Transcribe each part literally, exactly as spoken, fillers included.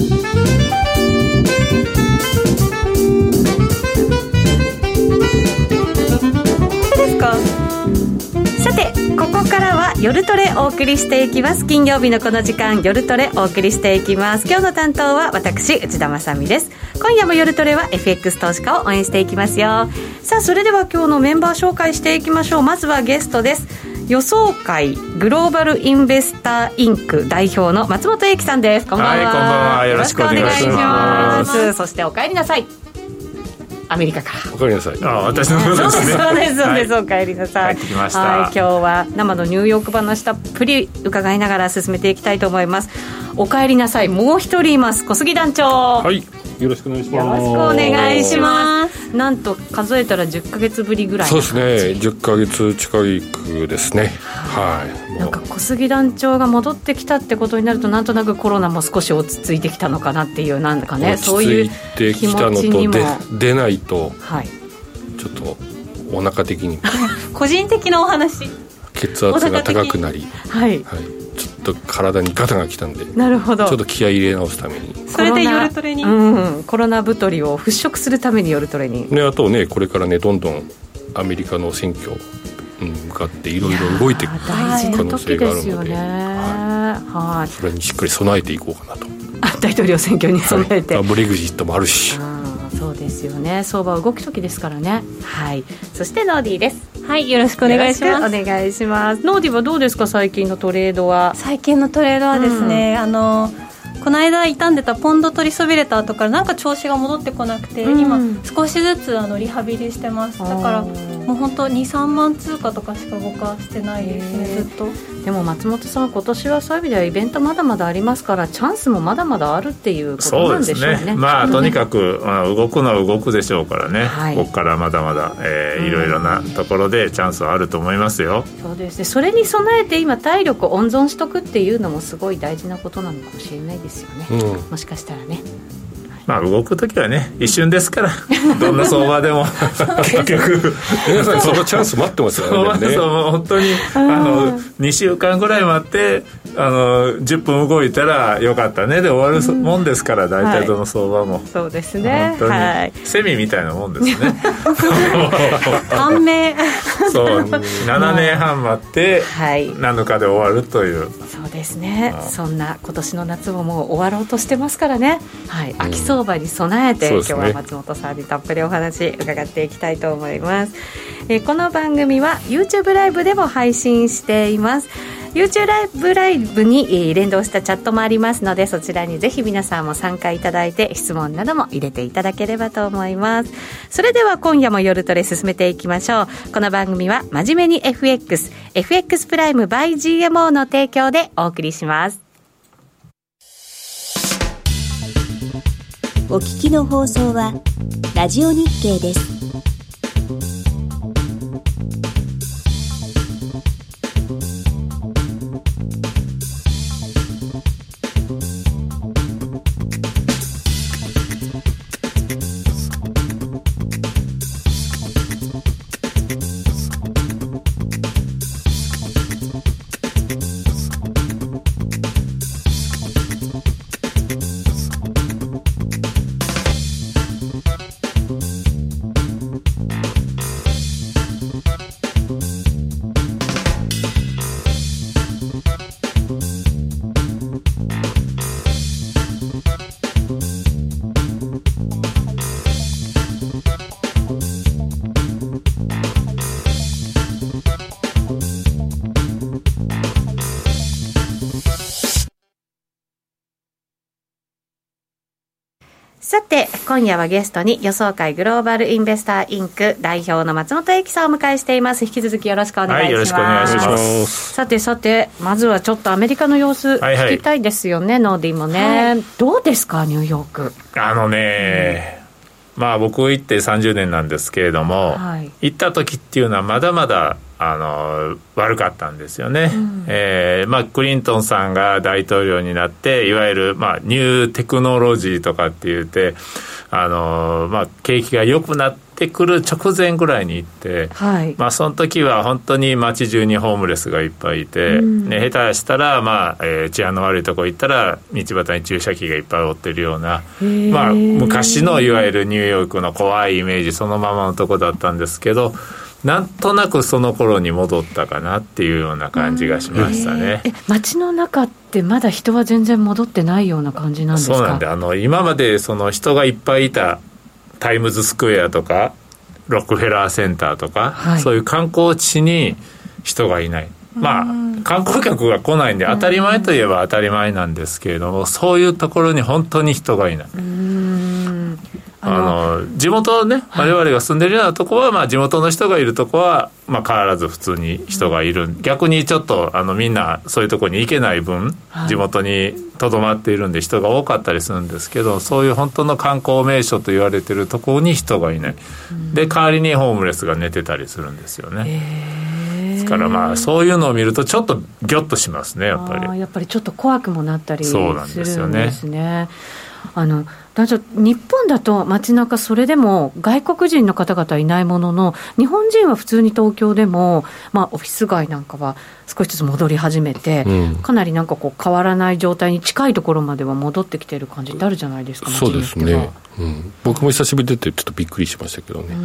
ですか。さてここからは夜トレお送りしていきます。金曜日のこの時間夜トレお送りしていきます。今日の担当は私内田まさみです。今夜も夜トレは エフエックス 投資家を応援していきますよ。さあそれでは今日のメンバー紹介していきましょう。まずはゲストです。予想会グローバルインベスターインク代表の松本英樹さんです。こんばんは。 はい、こんばんは。よろしくお願いします。 そしてお帰りなさい。アメリカからお帰りなさい。 あ、私のことですね。 そうですそうです、はい、お帰りなさい。 帰ってきました。 はい、今日は生のニューヨーク話たっぷり伺いながら進めていきたいと思います。お帰りなさい。もう一人います。小杉団長。 はい、よろしくお願いします。 よろしくお願いします。なんと数えたらじゅっかげつぶりぐらい。 そうですね、じゅっかげつ近くですね。はい、 なんか小杉団長が戻ってきたってことになるとなんとなくコロナも少し落ち着いてきたのかなっていう、なんだかね、そういう気持ちにも落ち着いてきたのとで出ないと、 はい、 ちょっとお腹的に個人的なお話、 血圧が高くなり、 はい、はい、 ちょっと体にガタが来たんで、 なるほど、 ちょっと気合い入れ直すために、 それで夜トレに、うん、コロナ太りを払拭するために夜トレに、 ね、あとね、これからねどんどんアメリカの選挙に向かっていろいろ動いていく可能性があるので、はい、それにしっかり備えていこうかなと。 大統領選挙に備えて、 はい、ブレグジットもあるし、 あ、そうですよね、相場は動く時ですからね。はい、そしてノーディーです。 はい、よろしくお願いします。 お願いします。ノーディーはどうですか、最近のトレードは。 最近のトレードはですね、うん、あのこの間傷んでたポンド取りそびれた後からなんか調子が戻ってこなくて、うん、今少しずつあのリハビリしてます。だからもう本当に、さんまん通貨とかしか動かしてないですね、ずっと。 でも松本さん、今年はそういう意味ではイベントまだまだありますから、チャンスもまだまだあるっていうことなんでしょうね。 そうですね、まあ、とにかく、まあ、動くのは動くでしょうからね、はい、ここからまだまだ、えー、いろいろなところでチャンスはあると思いますよ。 そうですね、それに備えて今体力を温存しとくっていうのもすごい大事なことなのかもしれないですよね、うん、もしかしたらね。 まあ、動くときはね一瞬ですからどんな相場でも結局皆さんそのチャンス待ってますよね。 そう本当にあのにしゅうかんぐらい待ってあのじゅっぷん動いたらよかったねで終わるもんですから、大体どの相場も、はい、 そうですね、 本当にセミみたいなもんですね。 短命そうななねんはん待ってなのかで終わるという、 そうですね。そんな今年の夏ももう終わろうとしてますからね、はい、秋相場に備えて、うん、今日は松本さんにたっぷりお話伺っていきたいと思います。えー、この番組は YouTube ライブでも配信しています。 YouTube ライブに連動したチャットもありますので、そちらにぜひ皆さんも参加いただいて質問なども入れていただければと思います。それでは今夜も夜トレ進めていきましょう。この番組は真面目に エフエックス エフエックス プライム by ジーエムオー の提供でお送りします。 お聞きの放送はラジオ日経です。 さて今夜はゲストに予想会グローバルインベスターインク代表の松本英樹さんをお迎えしています。引き続きよろしくお願いします。はい、よろしくお願いします。さてさて、まずはちょっとアメリカの様子聞きたいですよね、はいはい、ノーディーもね、はい、どうですかニューヨーク。 あのね、うん、まあ僕行ってさんじゅうねんなんですけれども、はい、行った時っていうのはまだまだあの悪かったんですよね、うんえーまあ、クリントンさんが大統領になっていわゆる、まあ、ニューテクノロジーとかって言ってあの、まあ、景気が良くなってってくる直前ぐらいに行って、はいまあ、その時は本当に街中にホームレスがいっぱいいて、うんね、下手したら、まあえー、治安の悪いとこ行ったら道端に注射器がいっぱい追ってるような、まあ、昔のいわゆるニューヨークの怖いイメージそのままのとこだったんですけど、なんとなくその頃に戻ったかなっていうような感じがしましたね。 え街の中ってまだ人は全然戻ってないような感じなんですか？ そうなんで、あの今までその人がいっぱいいたタイムズスクエアとかロックフェラーセンターとか、はい、そういう観光地に人がいない。まあ観光客が来ないんで当たり前といえば当たり前なんですけれども、そういうところに本当に人がいない。うーんあのあの地元ね、我々が住んでるようなとこは、まあ、地元の人がいるとこは、まあ、変わらず普通に人がいる、うん、逆にちょっとあのみんなそういうとこに行けない分、はい、地元にとどまっているんで人が多かったりするんですけど、そういう本当の観光名所と言われているところに人がいない、うん、で代わりにホームレスが寝てたりするんですよね。ですからまあそういうのを見るとちょっとギョッとしますね。やっぱりあやっぱりちょっと怖くもなったりするんですよね。 そうなんですよね。 あの男女日本だと街中それでも外国人の方々いないものの、日本人は普通に東京でも、まあ、オフィス街なんかは少しずつ戻り始めて、うん、かなりなんかこう変わらない状態に近いところまでは戻ってきている感じってあるじゃないですか。 そうですね、うん、僕も久しぶりに出てちょっとびっくりしましたけどね。うーん、うん、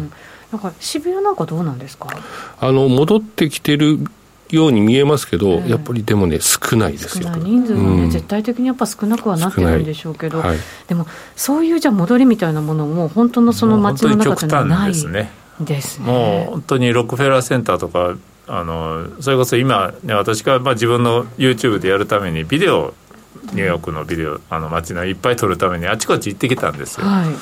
なんか渋谷なんかどうなんですか？ あの戻ってきてるように見えますけど、えー、やっぱりでもね少ないですよ。 少ない人数がね、うん、絶対的にやっぱ少なくはなってるんでしょうけど、はい、でもそういうじゃ戻りみたいなものも本当のその街の中ではないですね。ですね。 もう本当にロックフェラーセンターとかあのそれこそ今、ね、私がまあ自分の YouTube でやるためにビデオニューヨークのビデオあの街のいっぱい撮るためにあちこち行ってきたんですよ、はい、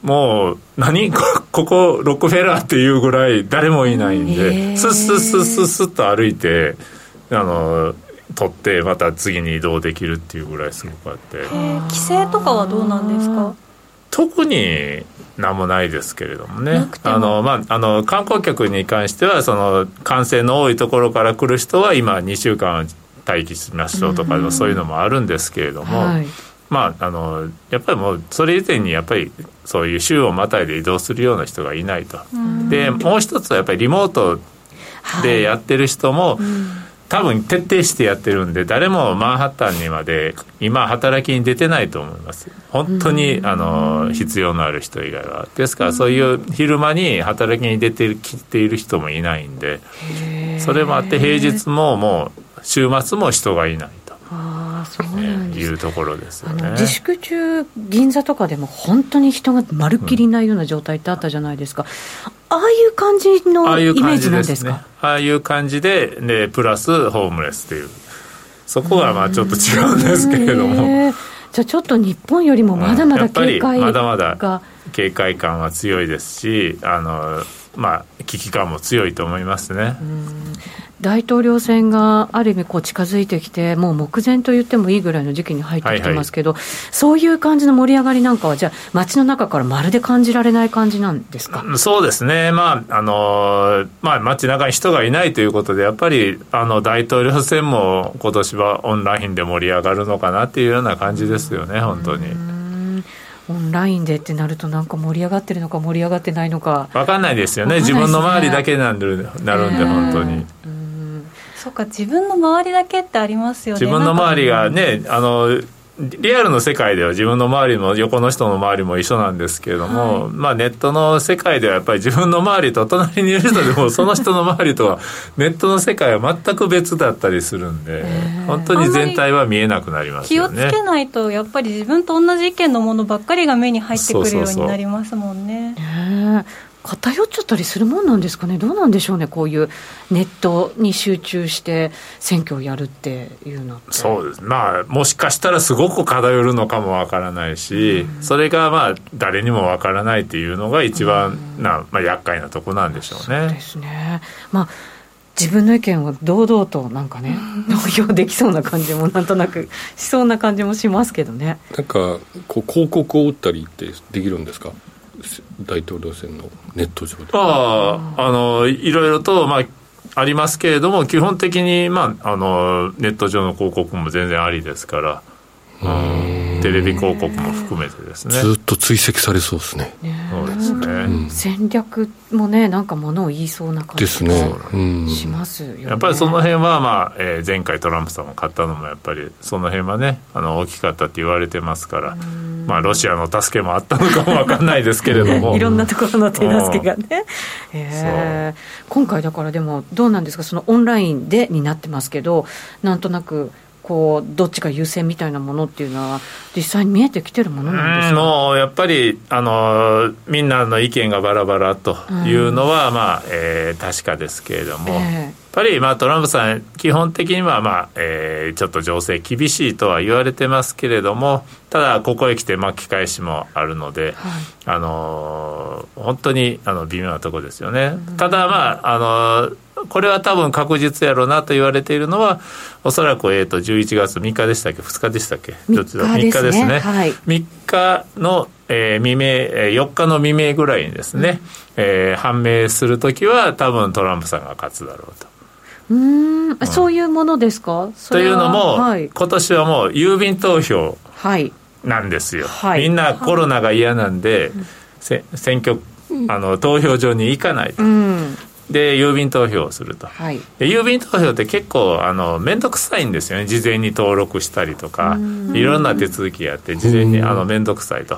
もう何ここロックフェラーっていうぐらい誰もいないんで、スッスッスッスッスッと歩いてあの撮ってまた次に移動できるっていうぐらいすごくあって。 規制とかはどうなんですか？ 特に何もないですけれどもね。あの、まあ、あの観光客に関してはその感染の多いところから来る人は今にしゅうかん待機しましょうとか、うん、そういうのもあるんですけれども、はい、まあ、あのやっぱりもうそれ以前にやっぱりそういう州をまたいで移動するような人がいないと、うん、でもう一つはやっぱりリモートでやってる人も、はい、うん多分徹底してやってるんで誰もマンハッタンにまで今働きに出てないと思います。本当にあの必要のある人以外は。ですからそういう昼間に働きに出てきている人もいないんで、それもあって平日ももう週末も人がいないと。ああ、そうなんです、ね、いうところですよね。 あの自粛中銀座とかでも本当に人がまるっきりいないような状態ってあったじゃないですか、うん、ああいう感じのイメージなんですか？ ああいう感じで、でプラスホームレスというそこはまあちょっと違うんですけれども、 じゃあちょっと日本よりもまだまだ警戒が、 うん、まだまだ警戒感は強いですし、あのまあ危機感も強いと思いますね。うん、 大統領選がある意味こう近づいてきてもう目前と言ってもいいぐらいの時期に入ってきてますけど、はいはい、そういう感じの盛り上がりなんかはじゃあ街の中からまるで感じられない感じなんですか？ そうですね、まああのまあ、街中に人がいないということでやっぱりあの大統領選も今年はオンラインで盛り上がるのかなっていうような感じですよね。本当にオンラインでってなるとなんか盛り上がってるのか盛り上がってないのか分かんないですよね。自分の周りだけになるんで、なるんで本当に。 そうか、自分の周りだけってありますよね。 自分の周りがね、あのリアルの世界では自分の周りも横の人の周りも一緒なんですけれども、はい、まあ、ネットの世界ではやっぱり自分の周りと隣にいる人でもその人の周りとはネットの世界は全く別だったりするんで、本当に全体は見えなくなりますよね。 気をつけないとやっぱり自分と同じ意見のものばっかりが目に入ってくるようになりますもんね。 そうそうそう、偏っちゃったりするもんなんですかね。どうなんでしょうね、こういうネットに集中して選挙をやるっていうのって。 そうです、まあ、もしかしたらすごく偏るのかもわからないし、うん、それがまあ誰にもわからないっていうのが一番な、うんまあ、厄介なとこなんでしょうね。 そうですね、まあ自分の意見を堂々となんかね投票できそうな感じもなんとなくしそうな感じもしますけどね。 なんかこう広告を打ったりってできるんですか？大統領選のネット上で。 ああ、あのいろいろと、まあ、ありますけれども基本的に、まあ、あのネット上の広告も全然ありですから。うんテレビ広告も含めてですね、 ずっと追跡されそうですね。 そうですね、 うん、戦略もねなんかものを言いそうな感じですね、 うん、しますよね。 やっぱりその辺は、まあえー、前回トランプさんを買ったのもやっぱりその辺はねあの大きかったって言われてますから、まあ、ロシアの助けもあったのかも分かんないですけれどもいろんなところの手助けがね、えー、今回だからでもどうなんですか、そのオンラインでになってますけど、なんとなくこうどっちが優先みたいなものっていうのは実際に見えてきてるものなんですか。 うんもうやっぱりあのみんなの意見がバラバラというのは、うんまあえー、確かですけれども、えー、やっぱり、まあ、トランプさん基本的には、まあえー、ちょっと情勢厳しいとは言われてますけれども、ただここへ来て巻き返しもあるので、はい、あの本当にあの微妙なところですよね、うん、ただまああのこれは多分確実やろうなと言われているのはおそらく、えー、とじゅういちがつみっかでしたっけふつかでしたっけみっかですね、みっかですね、はい、 みっかの、えー、未明よっかの未明ぐらいにですね、うんえー、判明するときは多分トランプさんが勝つだろうと。 うーん、うん、そういうものですか。 というのも、はい、今年はもう郵便投票なんですよ、はい、みんなコロナが嫌なんで、はい、選挙あの投票所に行かないと、うんで郵便投票をすると、はい、で郵便投票って結構あの面倒くさいんですよね。事前に登録したりとかいろんな手続きやって事前にあの面倒くさいと、はい、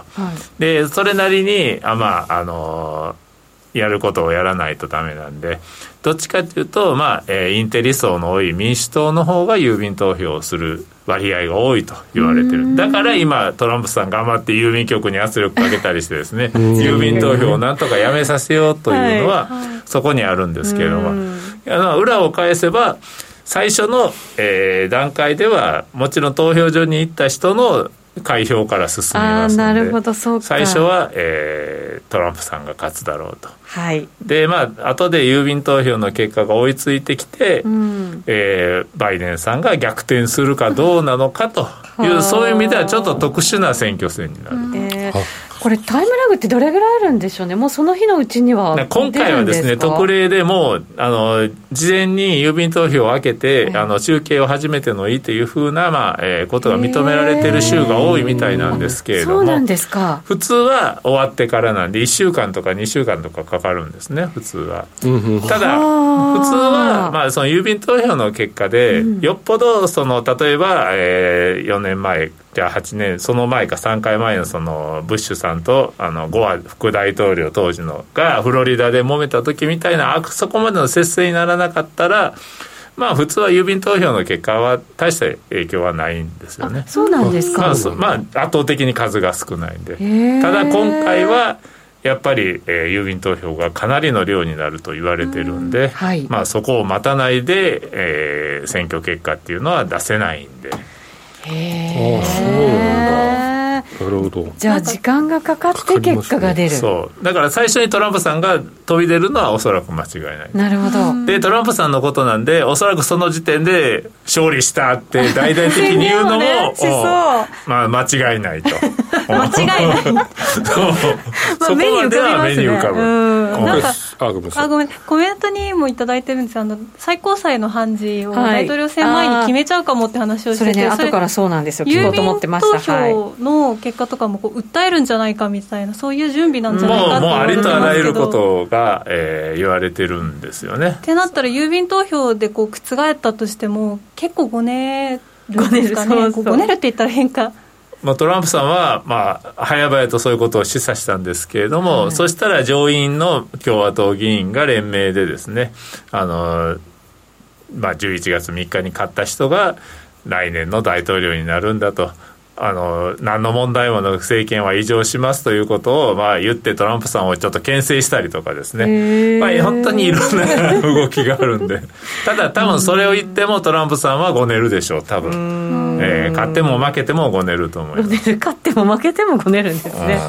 でそれなりにあ、まあ、あのやることをやらないとダメなんで、どっちかというと、まあえー、インテリ層の多い民主党の方が郵便投票をする割合が多いと言われてる。だから今トランプさん頑張って郵便局に圧力かけたりしてですね郵便投票をなんとかやめさせようというのは、はいはい、そこにあるんですけれども、あの裏を返せば最初の、えー、段階ではもちろん投票所に行った人の開票から進みますので、 あ、なるほど、そうか。 最初は、えー、トランプさんが勝つだろうと、 はい、 でまあ後で郵便投票の結果が追いついてきて、うんえー、バイデンさんが逆転するかどうなのかというそういう意味ではちょっと特殊な選挙戦になる、 えー、これタイムラグってどれぐらいあるんでしょうね。もうその日のうちには出るんですか。 今回はですね特例でもうあの事前に郵便投票を開けて、えー、あの集計を始めてもいいというふうな、まあえー、ことが認められている州が多いみたいなんですけれども、 そうなんですか。 普通は終わってからなんでいっしゅうかんとかにしゅうかんとかかかるんですね普通は。ただ普通は、まあ、その郵便投票の結果で、うん、よっぽどその例えば、えー、よねんまえじゃあはちねんその前かさんかいまえのそのブッシュさんとあのゴア副大統領当時のがフロリダで揉めた時みたいなあそこまでの接戦にならなかったら、まあ普通は郵便投票の結果は大した影響はないんですよね。 そうなんですか。 まあ、まあ、圧倒的に数が少ないんで。ただ今回はやっぱり、えー、郵便投票がかなりの量になると言われてるんで、はい、まあ、そこを待たないで、えー、選挙結果っていうのは出せないんで。 へー、 ああ、そうなんだ。なるほど。 じゃあ時間がかかって結果が出る、ね、 そうだから最初にトランプさんが飛び出るのはおそらく間違いない。 なるほど。 でトランプさんのことなんでおそらくその時点で勝利したって大々的に言うのもね、まあ、間違いないと間違いないそう、まあ、 そこまでは目に浮かぶ、 うん、なんかあごめんあごめんコメントにもいただいてるんです。あの最高裁の判事を大統領選前に決めちゃうかもって話をしてて、 それね後からそうなんですよ聞こうと思ってました。 郵便投票の結果とかもこう訴えるんじゃないかみたいなそういう準備なんじゃないかともう、もうありとあらゆることが、えー、言われてるんですよね。 ってなったら郵便投票でこう覆ったとしても結構ごねるんですかね。ごねる、そうそう、ごねるって言ったら変か。 まあ、トランプさんは、まあ、早々とそういうことを示唆したんですけれども、はい、そしたら上院の共和党議員が連名でですねあの、まあ、じゅういちがつみっかに勝った人が来年の大統領になるんだと、あの何の問題もなく政権は移譲しますということを、まあ、言ってトランプさんをちょっと牽制したりとかですね、まあ、本当にいろんな動きがあるんでただ多分それを言ってもトランプさんはごねるでしょう多分、えー、勝っても負けてもごねると思います。 勝っても負けてもごねるんですね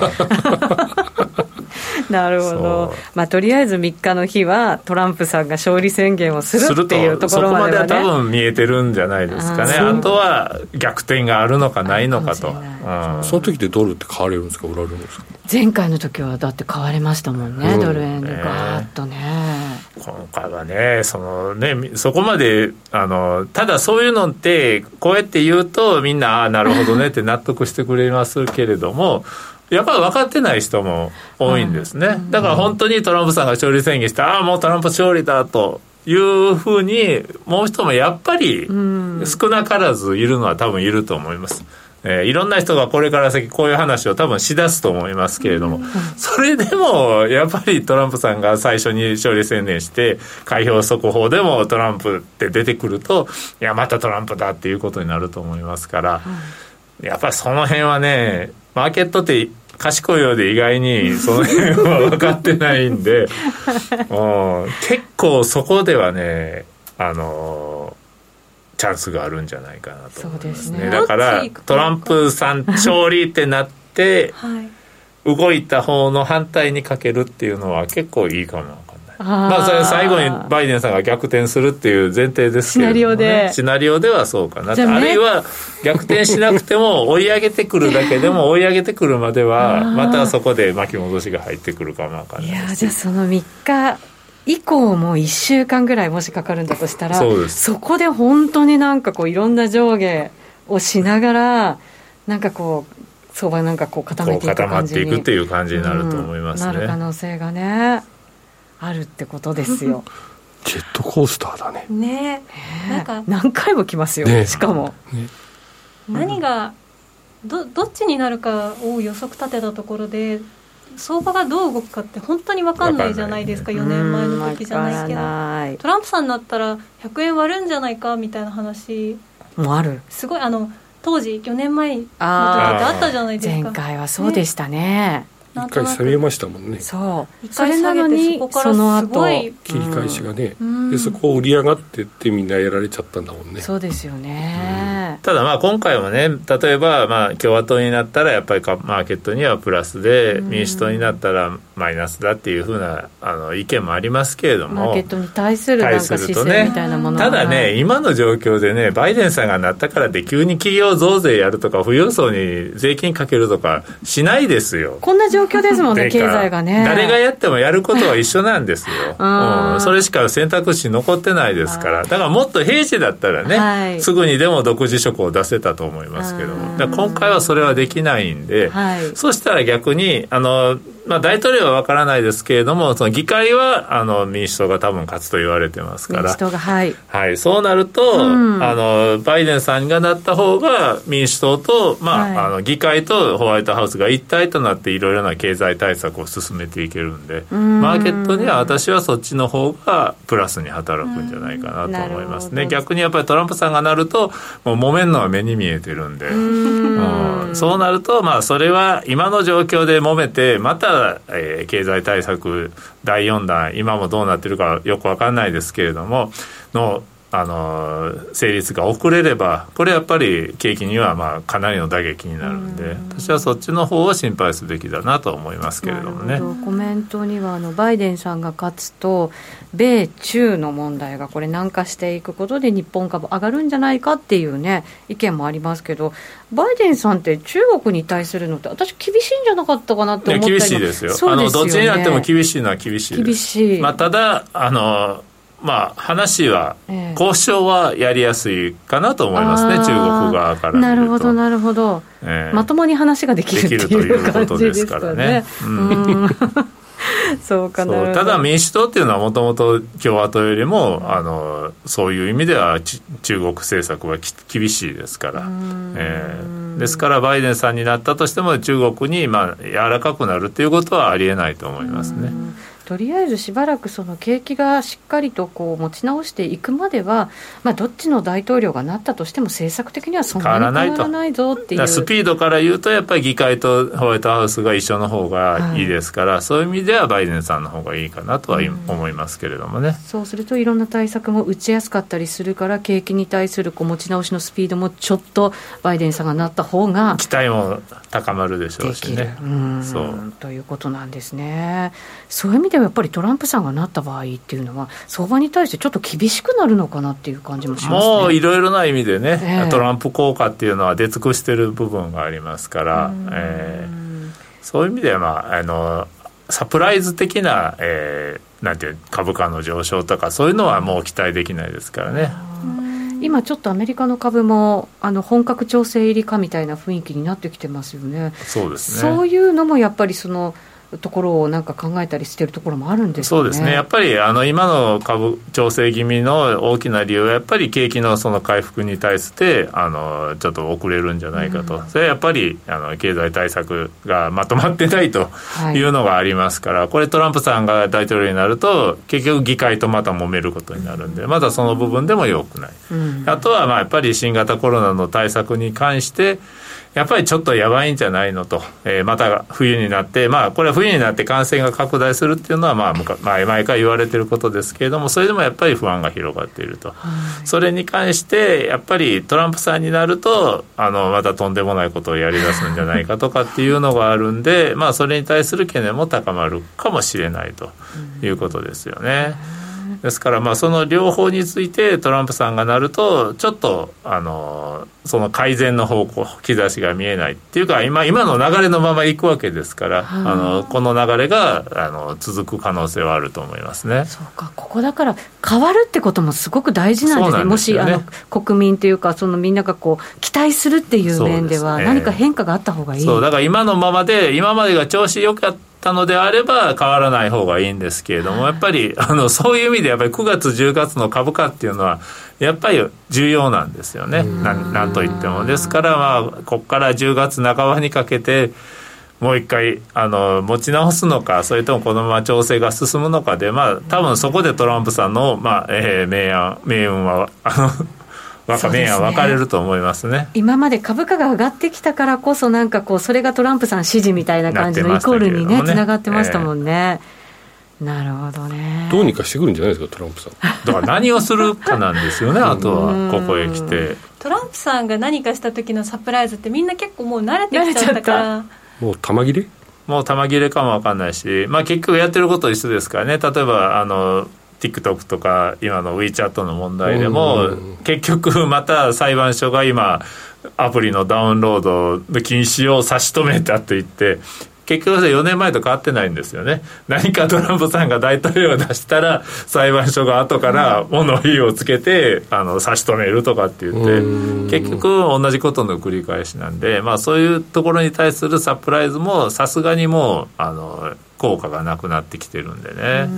なるほど、まあ、とりあえずみっかの日はトランプさんが勝利宣言をするっていうところまでは、ね、 そこまでは多分見えてるんじゃないですかね。 あ, あとは逆転があるのかないのかと、うん、 その時ってドルって買われるんですか売られるんですか。 前回の時はだって買われましたもんね、うん、ドル円でガーッとね、 こ今回はね、そのね、そこまであのただそういうのってこうやって言うとみんなああなるほどねって納得してくれますけれどもやっぱり分かってない人も多いんですね、うん、だから本当にトランプさんが勝利宣言してああもうトランプ勝利だというふうにもう人もやっぱり少なからずいるのは多分いると思います。えー、いろんな人がこれから先こういう話を多分しだすと思いますけれども、うん、それでもやっぱりトランプさんが最初に勝利宣言して開票速報でもトランプって出てくるといやまたトランプだっていうことになると思いますから、うん、やっぱりその辺はねマーケットって賢いようで意外にその辺は分かってないんでもう結構そこではねあのチャンスがあるんじゃないかなと思いますね。だからトランプさん勝利ってなって、はい、動いた方の反対にかけるっていうのは結構いいかもわかんない。あまあそれ最後にバイデンさんが逆転するっていう前提ですけれども、ね、シナリオでシナリオではそうかなと、あるいは逆転しなくても追い上げてくるだけでも追い上げてくるまではまたそこで巻き戻しが入ってくるかもわかんないです。 いやじゃあそのみっか以降もいっしゅうかんぐらいもしかかるんだとしたら そ, そこで本当になんかこういろんな上下をしながらなんかこう相場なんかこう固めていく感じに固まっていくっていう感じになると思いますね、 うん、なる可能性がねあるってことですよジェットコースターだねねえなんか何回も来ますよ、ね、しかも、ね、 何が ど, どっちになるかを予測立てたところで相場がどう動くかって本当に分かんないじゃないですか。よねんまえの時じゃないけどないトランプさんになったらひゃくえん割るんじゃないかみたいな話もある。 すごいあの当時よねんまえの時ってあったじゃないですか。 前回はそうでしたね。 一回下げましたもんね。 そう一回下げてそこからすごい切り返しがね、うん、でそこを売り上がってってみんなやられちゃったんだもんね。 そうですよね、 うん、ただまあ今回もね例えばまあ共和党になったらやっぱりマーケットにはプラスで、うん、民主党になったらマイナスだっていう風なあの意見もありますけれどもマーケットに対するなんか姿勢みたいなものは、ね、ただね今の状況でねバイデンさんがなったからで急に企業増税やるとか富裕層に税金かけるとかしないですよ。 こんな状況ですもんね経済がね。 誰がやってもやることは一緒なんですよ、うん、それしか選択肢残ってないですから。だからもっと平時だったらね、はい、すぐにでも独自色を出せたと思いますけどもだから今回はそれはできないんで、はい、そしたら逆にあのまあ、大統領は分からないですけれどもその議会はあの民主党が多分勝つと言われてますから民主党が、はいはい、そうなると、うん、あのバイデンさんがなった方が民主党と、まあはい、あの議会とホワイトハウスが一体となっていろいろな経済対策を進めていけるんでマーケットには私はそっちの方がプラスに働くんじゃないかなと思いますね。逆にやっぱりトランプさんがなるともう揉めるのは目に見えてるんでうんそうなると、まあ、それは今の状況で揉めてまたえー、経済対策だいよんだん今もどうなってるかよく分かんないですけれどもの、あのー、成立が遅れればこれやっぱり景気にはまあかなりの打撃になるんで私はそっちの方を心配すべきだなと思いますけれどもね。 コメントにはあのバイデンさんが勝つと米中の問題がこれ軟化していくことで日本株上がるんじゃないかっていうね意見もありますけどバイデンさんって中国に対するのって私厳しいんじゃなかったかなって思ったり。 厳しいですよ。 そうですよね。 あのどっちになっても厳しいのは厳しいです。 厳しい、 まあ、ただあのまあ、話は、えー、交渉はやりやすいかなと思いますね中国側から見ると。 なるほどなるほど、えー、まともに話ができるっていう感じですかね。そうかな。 ただ民主党っていうのはもともと共和党よりもあのそういう意味では中国政策は厳しいですから、えー、ですからバイデンさんになったとしても中国にまあ柔らかくなるっていうことはありえないと思いますね。 とりあえずしばらくその景気がしっかりとこう持ち直していくまでは、まあ、どっちの大統領がなったとしても政策的にはそんなに変わらないぞっていうスピードから言うとやっぱり議会とホワイトハウスが一緒の方がいいですから、はい、そういう意味ではバイデンさんの方がいいかなとは思いますけれどもね、うん、 そうするといろんな対策も打ちやすかったりするから景気に対するこう持ち直しのスピードもちょっとバイデンさんがなった方が期待も高まるでしょうしね。 うんそうということなんですね。そういう意味ではやっぱりトランプさんがなった場合っていうのは相場に対してちょっと厳しくなるのかなっていう感じもしますね。 もういろいろな意味でね、えー、トランプ効果っていうのは出尽くしてる部分がありますから、えー、そういう意味では、まあ、あのサプライズ的な、えーなんていう株価の上昇とかそういうのはもう期待できないですからね。 今ちょっとアメリカの株もあの本格調整入りかみたいな雰囲気になってきてますよね。 そうですね。 そういうのもやっぱりそのところをなんか考えたりしているところもあるんですかね。 そうですね。やっぱりあの今の株調整気味の大きな理由はやっぱり景気のその回復に対してあのちょっと遅れるんじゃないかと、うん、それはやっぱりあの経済対策がまとまってないというのがありますから、はい、これトランプさんが大統領になると結局議会とまた揉めることになるんで、まだその部分でも良くない、うん、あとはまあやっぱり新型コロナの対策に関してやっぱりちょっとやばいんじゃないのと、えー、また冬になって、まあ、これは冬になって感染が拡大するっていうのは、まあ、前々から言われていることですけれども、それでもやっぱり不安が広がっていると、はい、それに関してやっぱりトランプさんになるとあのまたとんでもないことをやり出すんじゃないかとかっていうのがあるんで、まあ、それに対する懸念も高まるかもしれないということですよね。ですからまあその両方についてトランプさんがなるとちょっとあのその改善の方向兆しが見えないっていうか 今, 今の流れのままいくわけですから、あのこの流れがあの続く可能性はあると思いますね。 そうか、ここだから変わるってこともすごく大事なんですね。もしあの国民というかそのみんながこう期待するっていう面では何か変化があった方がいい。 そうだから今のままで今までが調子良かったたのであれば変わらない方がいいんですけれども、やっぱりあのそういう意味でやっぱりくがつじゅうがつの株価っていうのはやっぱり重要なんですよね。な ん, なんといってもですから、まあ、ここからじゅうがつなかばにかけてもう一回あの持ち直すのか、それともこのまま調整が進むのかで、まあ、多分そこでトランプさんの、まあえー、明暗命運はあの面は分かれると思いますね。 今まで株価が上がってきたからこそなんかこうそれがトランプさん支持みたいな感じのイコールにねつながってましたもんね、えー、なるほどね。 どうにかしてくるんじゃないですかトランプさん。 だから何をするかなんですよねあとはここへ来てトランプさんが何かした時のサプライズってみんな結構もう慣れてきちゃったからもう玉切れもう玉切れかも分かんないし、まあ、結局やってること一緒ですからね。例えばあのTikTok とか今の WeChat の問題でも結局また裁判所が今アプリのダウンロードの禁止を差し止めたと言って結局よねんまえと変わってないんですよね。何かトランプさんが大統領を出したら裁判所が後から物言いをつけてあの差し止めるとかって言って結局同じことの繰り返しなんで、まあ、そういうところに対するサプライズもさすがにもうあの効果がなくなってきてるんでね。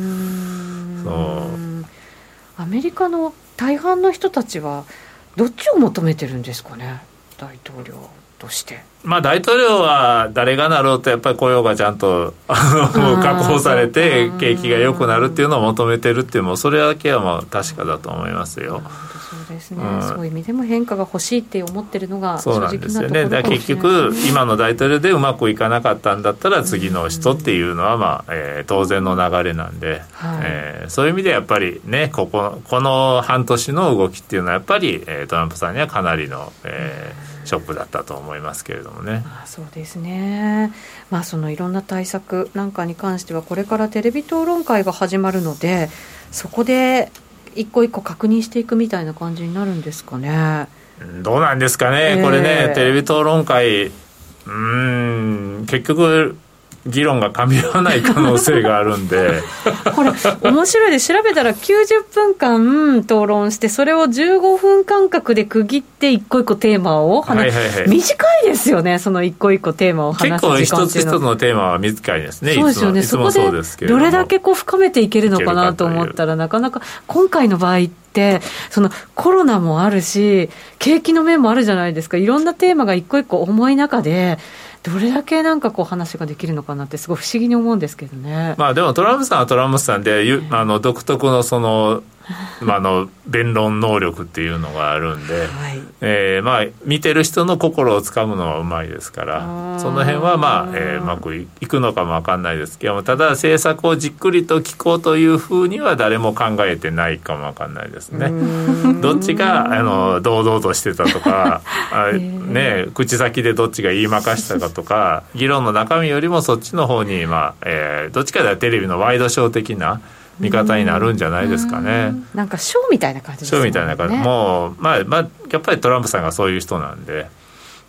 そうアメリカの大半の人たちはどっちを求めてるんですかね大統領として。 まあ、大統領は誰がなろうとやっぱり雇用がちゃんとあの確保されて景気が良くなるっていうのを求めてるっていうのもそれだけはまあ確かだと思いますよ。 そうですね、うん、そういう意味でも変化が欲しいって思ってるのが正直なところかもしれないですね。 そうなんですよね。だから結局今の大統領でうまくいかなかったんだったら次の人っていうのは、まあえー、当然の流れなんで、はいえー、そういう意味でやっぱりねここ、この半年の動きっていうのはやっぱり、えー、トランプさんにはかなりの、えー、ショックだったと思いますけれどもね。 あそうですね、まあ、そのいろんな対策なんかに関してはこれからテレビ討論会が始まるのでそこで一個一個確認していくみたいな感じになるんですかね。 どうなんですかね、えー、これねテレビ討論会うーん結局議論が噛み合わない可能性があるんでこれ面白いで調べたらきゅうじゅっぷんかん討論してそれをじゅうごふん間隔で区切って一個一個テーマを話す、はいはいはい、短いですよねその一個一個テーマを話す時間っていうのは。 結構一つ一つのテーマは短いですね。 そうですよね。 いつもそうですけれどもそこでどれだけこう深めていけるのかなと思ったらなかなか今回の場合ってそのコロナもあるし景気の面もあるじゃないですか。いろんなテーマが一個一個重い中でどれだけなんかこう話ができるのかなってすごい不思議に思うんですけどね。 まあでもトランプさんはトランプさんであの独特のそのまあ、あの弁論能力っていうのがあるんで、はいえーまあ、見てる人の心をつかむのはうまいですからその辺は、まあえー、うまくいくのかも分かんないですけどもただ政策をじっくりと聞こうというふうには誰も考えてないかも分かんないですね。どっちがあの堂々としてたとかあ、ね、口先でどっちが言いまかしたかとか議論の中身よりもそっちの方に、まあえー、どっちかではテレビのワイドショー的な見方になるんじゃないですかね。 んなんかショーみたいな感じですよね。 ショーみたいな感じもう、まあまあ、やっぱりトランプさんがそういう人なんで、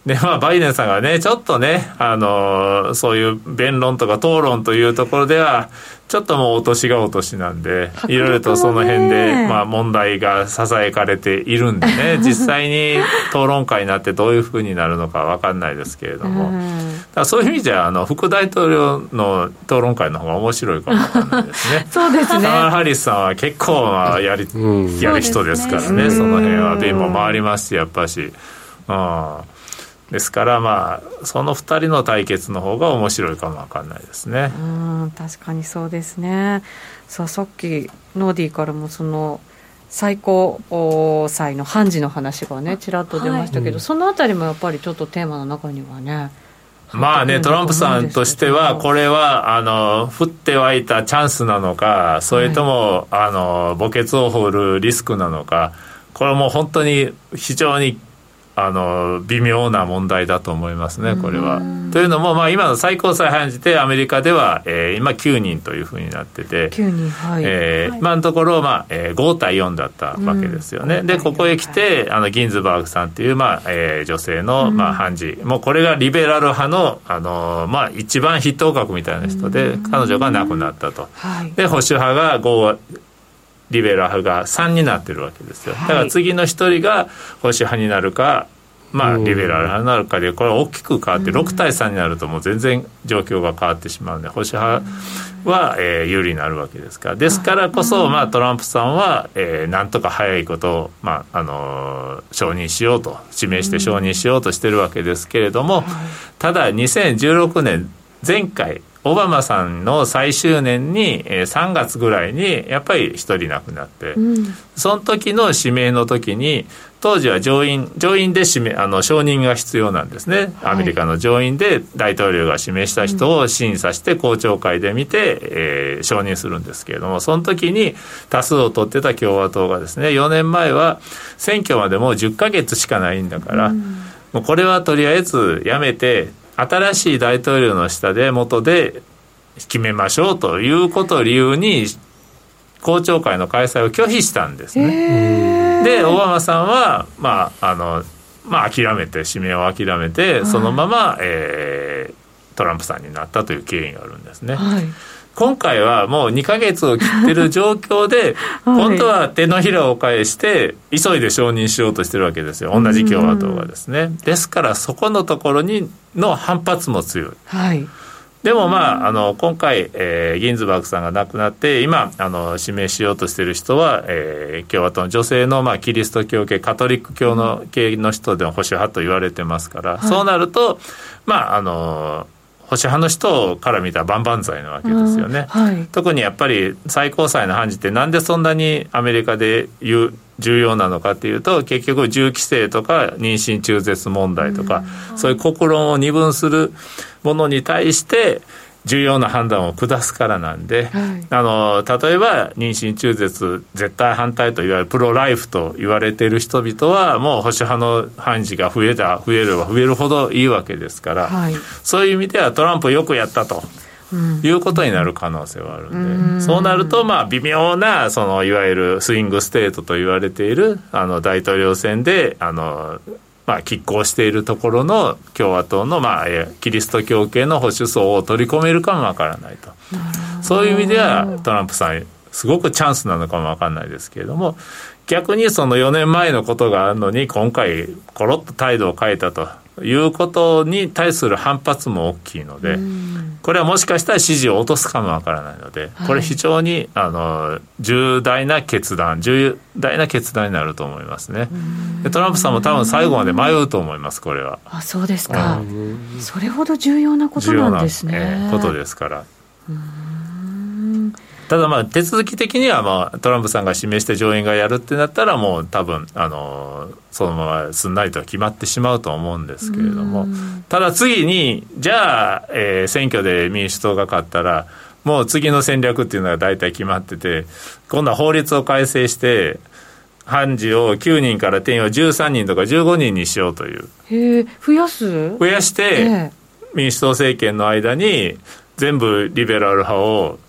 でまあ、バイデンさんがねちょっとね、あのー、そういう弁論とか討論というところではちょっともうお年がお年なんで、いろいろとその辺で、まあ、問題がささやかれているんでね実際に討論会になってどういうふうになるのか分かんないですけれども、だからそういう意味じゃあの副大統領の討論会の方が面白いかも分かんないですねそうですね。 カマラ・ハリスさんは結構まあやり、うん、やる人ですからね、 そ, ねその辺はでも回りますしやっぱし、うんですからまあそのふたりの対決の方が面白いかもわかんないですね。 うん、確かにそうですね。さあさっきノーディーからもその最高裁の判事の話がねちらっと出ましたけど、はい、そのあたりもやっぱりちょっとテーマの中にはねまあね、トランプさんとしてはこれはあの降って湧いたチャンスなのか、それとも、はい、あの墓穴を掘るリスクなのか、これも本当に非常にあの微妙な問題だと思いますね、これは。というのも、まあ、今の最高裁判事でアメリカでは、えー、今きゅうにんというふうになってて、 きゅうにん、はいえー、今のところ、まあえー、ごたいよんだったわけですよね、うん、でここへ来てあのギンズバーグさんっていう、まあえー、女性の、まあ、判事、うん、もうこれがリベラル派の、あのーまあ、一番筆頭格みたいな人で、うん、彼女が亡くなったと、はい、で保守派がごリベラル派がさんになってるわけですよ。だから次のひとりが保守派になるか、まあ、リベラル派になるかでこれ大きく変わってろくたいさんになるともう全然状況が変わってしまうので、保守派は、えー、有利になるわけですから、ですからこそ、まあ、トランプさんは、えー、なんとか早いことを、まああのー、承認しようと指名して承認しようとしてるわけですけれども、ただにせんじゅうろくねん前回オバマさんの最終年に、えー、さんがつぐらいにやっぱりひとり亡くなって、うん、その時の指名の時に当時は上院上院で指名あの承認が必要なんですね、はい、アメリカの上院で大統領が指名した人を審査して公聴会で見て、えー、承認するんですけれども、その時に多数を取ってた共和党がですね、よねんまえは選挙までもうじゅっかげつしかないんだから、うん、もうこれはとりあえずやめて新しい大統領の下で元で決めましょうということを理由に公聴会の開催を拒否したんですね。でオバマさんは、まああのまあ、諦めて指名を諦めてそのまま、えー、トランプさんになったという経緯があるんですね、はい、今回はもうにかげつを切ってる状況で、はい、今度は手のひらを返して急いで承認しようとしてるわけですよ、同じ共和党がですね。ですからそこのところにの反発も強い、はい、でもまあ、あの今回、えー、ギンズバーグさんが亡くなって今あの指名しようとしている人は、えー、共和党の女性の、まあ、キリスト教系カトリック教の系の人でも保守派と言われてますから、はい、そうなるとまああの保守派の人から見たら万々歳なわけですよね、はい、特にやっぱり最高裁の判事ってなんでそんなにアメリカで言う重要なのかっていうと、結局銃規制とか妊娠中絶問題とか、うん、そういう国論を二分するものに対して重要な判断を下すからなんで、はい、あの例えば妊娠中絶絶対反対といわれるプロライフと言われている人々はもう保守派の判事が増えた増えれば増えるほどいいわけですから、はい、そういう意味ではトランプよくやったということになる可能性はあるんで、うん、そうなるとまあ微妙なそのいわゆるスイングステートと言われているあの大統領選であのまあ、拮抗しているところの共和党の、まあ、キリスト教系の保守層を取り込めるかもわからないと、そういう意味ではトランプさんすごくチャンスなのかもわからないですけれども、逆にそのよねんまえのことがあるのに今回コロッと態度を変えたということに対する反発も大きいので、これはもしかしたら支持を落とすかもわからないので、これ非常にあの重大な決断重大な決断になると思いますね。でトランプさんも多分最後まで迷うと思います、これは。 あ、そうですか、うん、それほど重要なことなんですね。 重要な、えー、ことですから。うーん、ただまあ手続き的にはまあトランプさんが指名して上院がやるってなったらもう多分あのそのまますんなりと決まってしまうと思うんですけれども、ただ次にじゃあ、えー、選挙で民主党が勝ったらもう次の戦略っていうのが大体決まってて、今度は法律を改正して判事をきゅうにんから定員をじゅうさんにんとかじゅうごにんにしようという。 へえ、増やす増やして民主党政権の間に全部リベラル派を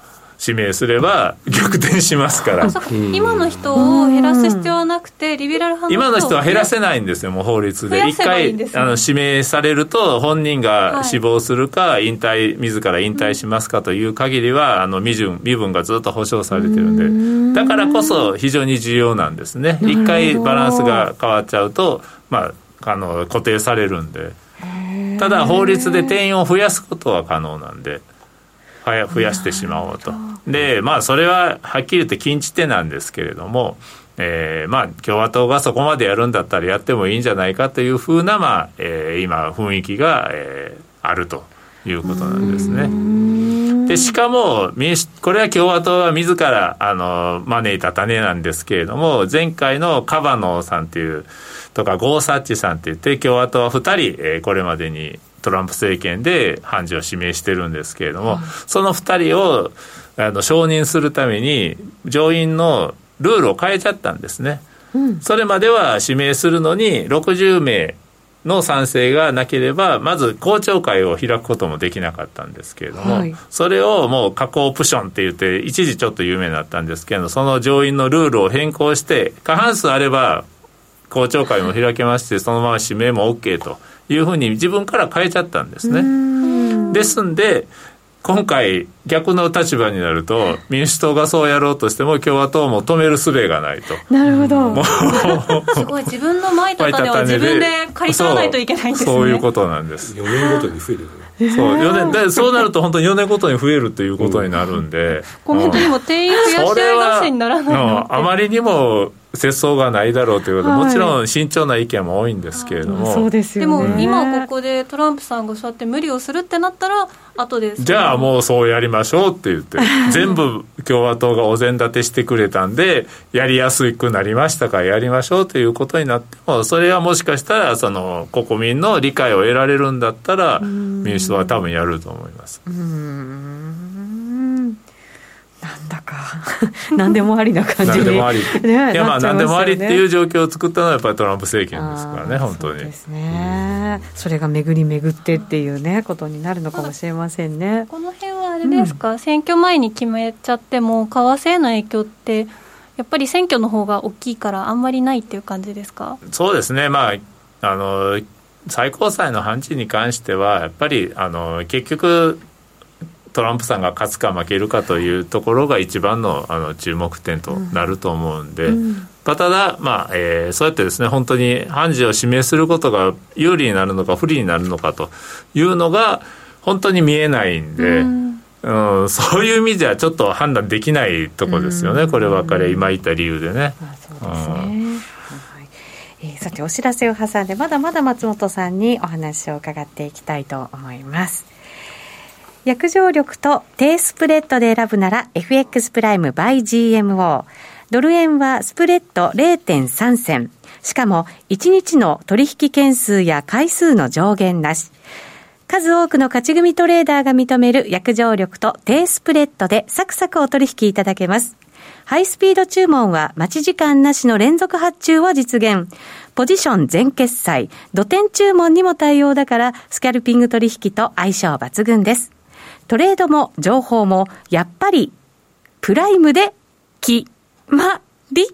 指名すれば逆転しますから今の人を減らす必要はなくてリベラル派の人今の人は減らせないんですよ。もう法律で一回いい、ね、あの指名されると本人が死亡するか引退自ら引退しますかという限りはあの身分、身分がずっと保障されてるんで、だからこそ非常に重要なんですね。一回バランスが変わっちゃうと、まあ、あの固定されるんで、ただ法律で定員を増やすことは可能なんで増やしてしまおうと。で、まあそれははっきり言って禁じ手なんですけれども、えー、まあ共和党がそこまでやるんだったらやってもいいんじゃないかというふうな、まあえー、今雰囲気が、えー、あるということなんですね。でしかも民主これは共和党は自らあの招いた種なんですけれども、前回のカバノーさんというとかゴーサッチさんといって共和党はふたり、えー、これまでにトランプ政権で判事を指名してるんですけれども、そのふたりをあの承認するために上院のルールを変えちゃったんですね、うん、それまでは指名するのにろくじゅうめいの賛成がなければまず公聴会を開くこともできなかったんですけれども、はい、それをもう加工オプションって言って一時ちょっと有名になったんですけど、その上院のルールを変更して過半数あれば公聴会も開けましてそのまま指名も OK というふうに自分から変えちゃったんですね。ですんで今回逆の立場になると民主党がそうやろうとしても共和党も止める術がないと。 なるほど。 すごい自分の蒔いた種を自分で刈り取らないといけないんですね。 そう、そういうことなんです。 よねんごとに増える。 そうよねんでそうなると本当によねんごとに増えるということになるんで、 コメントにも定員増やし合い合戦にならないのって、 あまりにも節操がないだろうということで、はい、もちろん慎重な意見も多いんですけれども、 そうですよね。 でも今ここでトランプさんがそうやって無理をするってなったら後でじゃあもうそうやりましょうって言って全部共和党がお膳立てしてくれたんでやりやすくなりましたからやりましょうということになっても、それはもしかしたらその国民の理解を得られるんだったら民主党は多分やると思います。 うーん、なんだか何でもありな感じに何でもあり、ね、いやまあ何でもありっていう状況を作ったのはやっぱりトランプ政権ですからね、本当に。 そうですね、うん、それが巡り巡ってっていうねことになるのかもしれませんね。 この辺はあれですか、うん、選挙前に決めちゃっても為替への影響ってやっぱり選挙の方が大きいからあんまりないっていう感じですか？ そうですね、まああの最高裁の判事に関してはやっぱりあの結局トランプさんが勝つか負けるかというところが一番 の, あの注目点となると思うんで、うんうん、ただ、まあえー、そうやってですね本当に判事を指名することが有利になるのか不利になるのかというのが本当に見えないんで、うんうん、そういう意味ではちょっと判断できないところですよね、うん、こればかり今言った理由でね。 まあ、そうですね、うんえー、さてお知らせを挟んでまだまだ松本さんにお話を伺っていきたいと思います。約定力と低スプレッドで選ぶなら エフエックス プライム by ジーエムオー。 ドル円はスプレッド れいてんさん 銭、しかもいちにちの取引件数や回数の上限なし。数多くの勝ち組トレーダーが認める約定力と低スプレッドでサクサクお取引いただけます。ハイスピード注文は待ち時間なしの連続発注を実現。ポジション全決済、土点注文にも対応だからスキャルピング取引と相性抜群です。トレードも情報もやっぱりプライムで決まり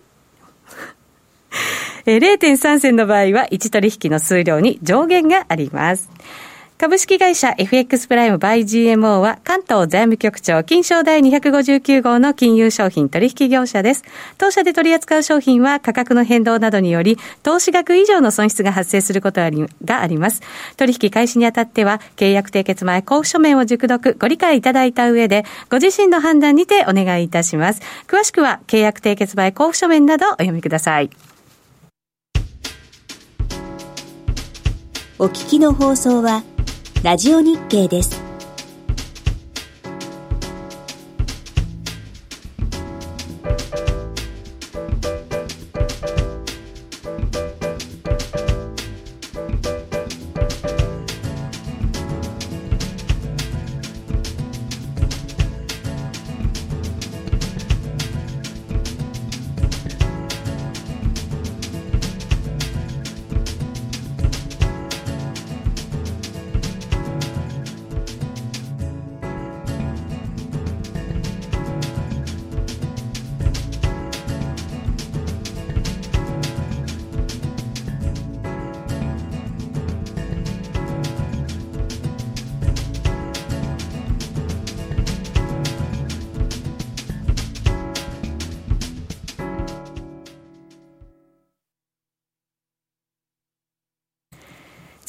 れいてんさん 銭の場合はいち取引の数量に上限があります。株式会社 エフエックス プライム by ジーエムオー は関東財務局長金商第にひゃくごじゅうきゅう号の金融商品取引業者です。当社で取り扱う商品は価格の変動などにより投資額以上の損失が発生することがあります。取引開始にあたっては契約締結前交付書面を熟読ご理解いただいた上でご自身の判断にてお願いいたします。詳しくは契約締結前交付書面などお読みください。 お聞きの放送はラジオ日経です。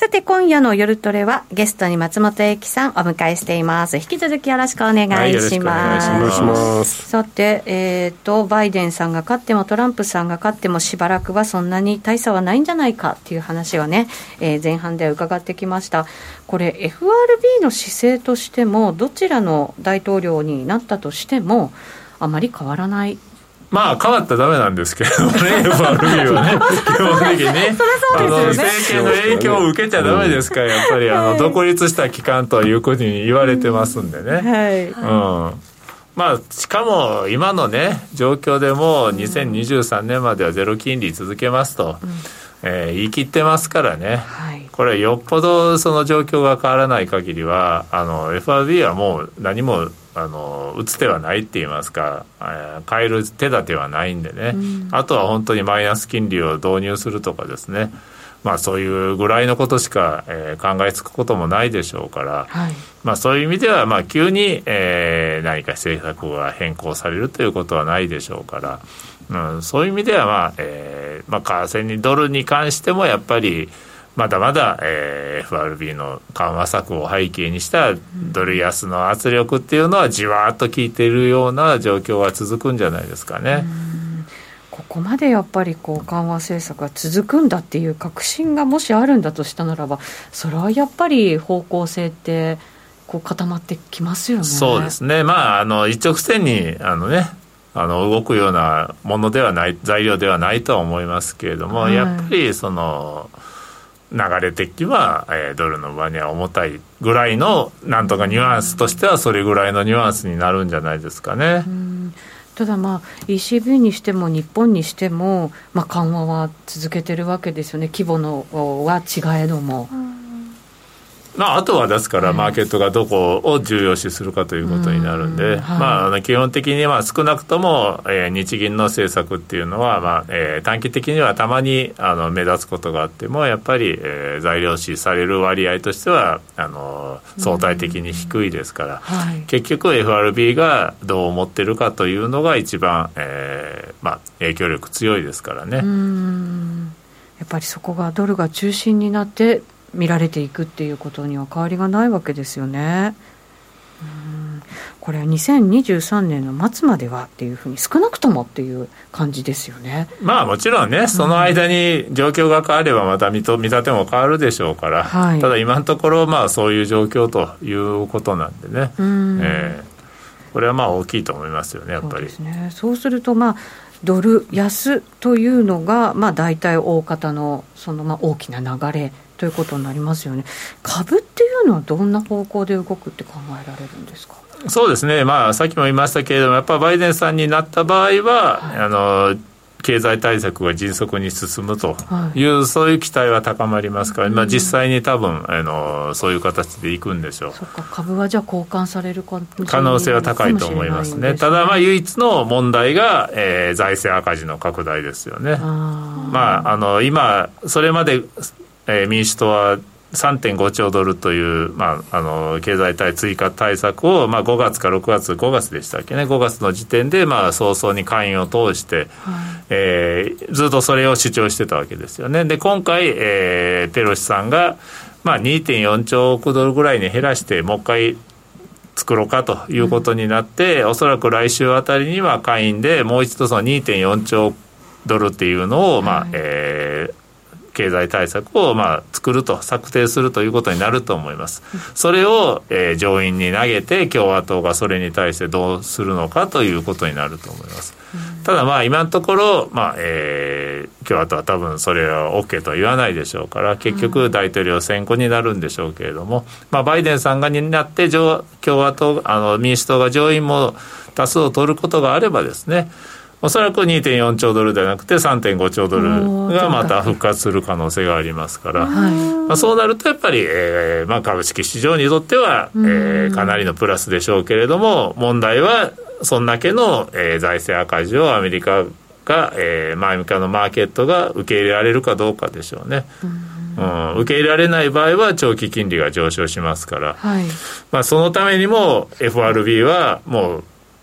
さて今夜の夜トレはゲストに松本英樹さんお迎えしています。引き続きよろしくお願いします。 はい、よろしくお願いします。 さて、えーと、バイデンさんが勝ってもトランプさんが勝ってもしばらくはそんなに大差はないんじゃないかっていう話をね、えー、前半では伺ってきました。これ エフアールビー の姿勢としてもどちらの大統領になったとしてもあまり変わらない。 まあ変わったらダメなんですけれどもねエフアールビー はね基本的にねあの政権の影響を受けちゃダメですから、やっぱりあの独立した機関ということに言われてますんでね、はいうんまあ、しかも今のね状況でもにせんにじゅうさんねんまではゼロ金利続けますと、うんえー、言い切ってますからね、はい、これよっぽどその状況が変わらない限りはあの エフアールビー はもう何もあの打つ手はないって言いますか、えー、変える手立てはないんでね、うん、あとは本当にマイナス金利を導入するとかですね、まあ、そういうぐらいのことしか、えー、考えつくこともないでしょうから、はいまあ、そういう意味では、まあ、急に、えー、何か政策が変更されるということはないでしょうから、うん、そういう意味では、まあえーまあ、為替にドルに関してもやっぱりまだまだ、えー、エフアールビー の緩和策を背景にしたドル安の圧力っていうのはじわーっと効いているような状況は続くんじゃないですかね。 うんここまでやっぱりこう緩和政策が続くんだっていう確信がもしあるんだとしたならば、それはやっぱり方向性ってこう固まってきますよね。 そうですね、まあ、あの一直線にあのねあの動くようなものではない材料ではないとは思いますけれども、はい、やっぱりその流れ的には、えー、ドルの上には重たいぐらいのなんとかニュアンスとしてはそれぐらいのニュアンスになるんじゃないですかね。 うんただ、まあ、イーシービー にしても日本にしても、まあ、緩和は続けてるわけですよね。規模のは違えども、うんまあ、あとはですからマーケットがどこを重要視するかということになるんで、うんはいまあ、あの基本的には少なくとも、えー、日銀の政策っていうのは、まあえー、短期的にはたまにあの目立つことがあってもやっぱり、えー、材料視される割合としてはあの相対的に低いですから、うんはい、結局 エフアールビー がどう思ってるかというのが一番、えーまあ、影響力強いですからね。 うんやっぱりそこがドルが中心になって見られていくっていうことには変わりがないわけですよね。うんこれはにせんにじゅうさんねんの末まではっていうふうに少なくともっていう感じですよね。 まあもちろんねその間に状況が変わればまた見と見立ても変わるでしょうから、はい、ただ今のところまあそういう状況ということなんでね、うんえー、これはまあ大きいと思いますよねやっぱり。 そうですね。そうするとまあドル安というのがまあ大体大方のそのまあ大きな流れということになりますよね。株っていうのはどんな方向で動くって考えられるんですか。 そうですね、まあ、さっきも言いましたけれどもやっぱりバイデンさんになった場合は、はい、あの経済対策が迅速に進むという、はい、そういう期待は高まりますから、うんまあ、実際に多分あのそういう形でいくんでしょう。 そっか株はじゃあ交換される可能性は高いと思いますね。ただまあ唯一の問題が、えー、財政赤字の拡大ですよね。あ、まあ、あの今それまでえー、民主党は さんてんごちょうドルという、まあ、あの経済対追加対策を、まあ、ごがつかろくがつごがつでしたっけねごがつの時点で、まあ、早々に下院を通して、はいえー、ずっとそれを主張してたわけですよね。で今回、えー、ペロシさんが、まあ、にてんよんちょうおくドルぐらいに減らしてもう一回作ろうかということになって、うん、おそらく来週あたりには下院でもう一度その にてんよんちょうドルっていうのを、まあはいえー経済対策をまあ作ると策定するということになると思います。それを、えー、上院に投げて共和党がそれに対してどうするのかということになると思います。ただまあ今のところ、まあえー、共和党は多分それは OK とは言わないでしょうから結局大統領選挙になるんでしょうけれども、まあ、バイデンさんがになって共和党あの民主党が上院も多数を取ることがあればですねおそらく にてんよんちょうドルではなくて さんてんごちょうドルがまた復活する可能性がありますから、まあ、そうなるとやっぱり、えーまあ、株式市場にとっては、えー、かなりのプラスでしょうけれども問題はそんだけの、えー、財政赤字をアメリカが、えー、アメリカのマーケットが受け入れられるかどうかでしょうね。うん、受け入れられない場合は長期金利が上昇しますから、はいまあ、そのためにも エフアールビー はもう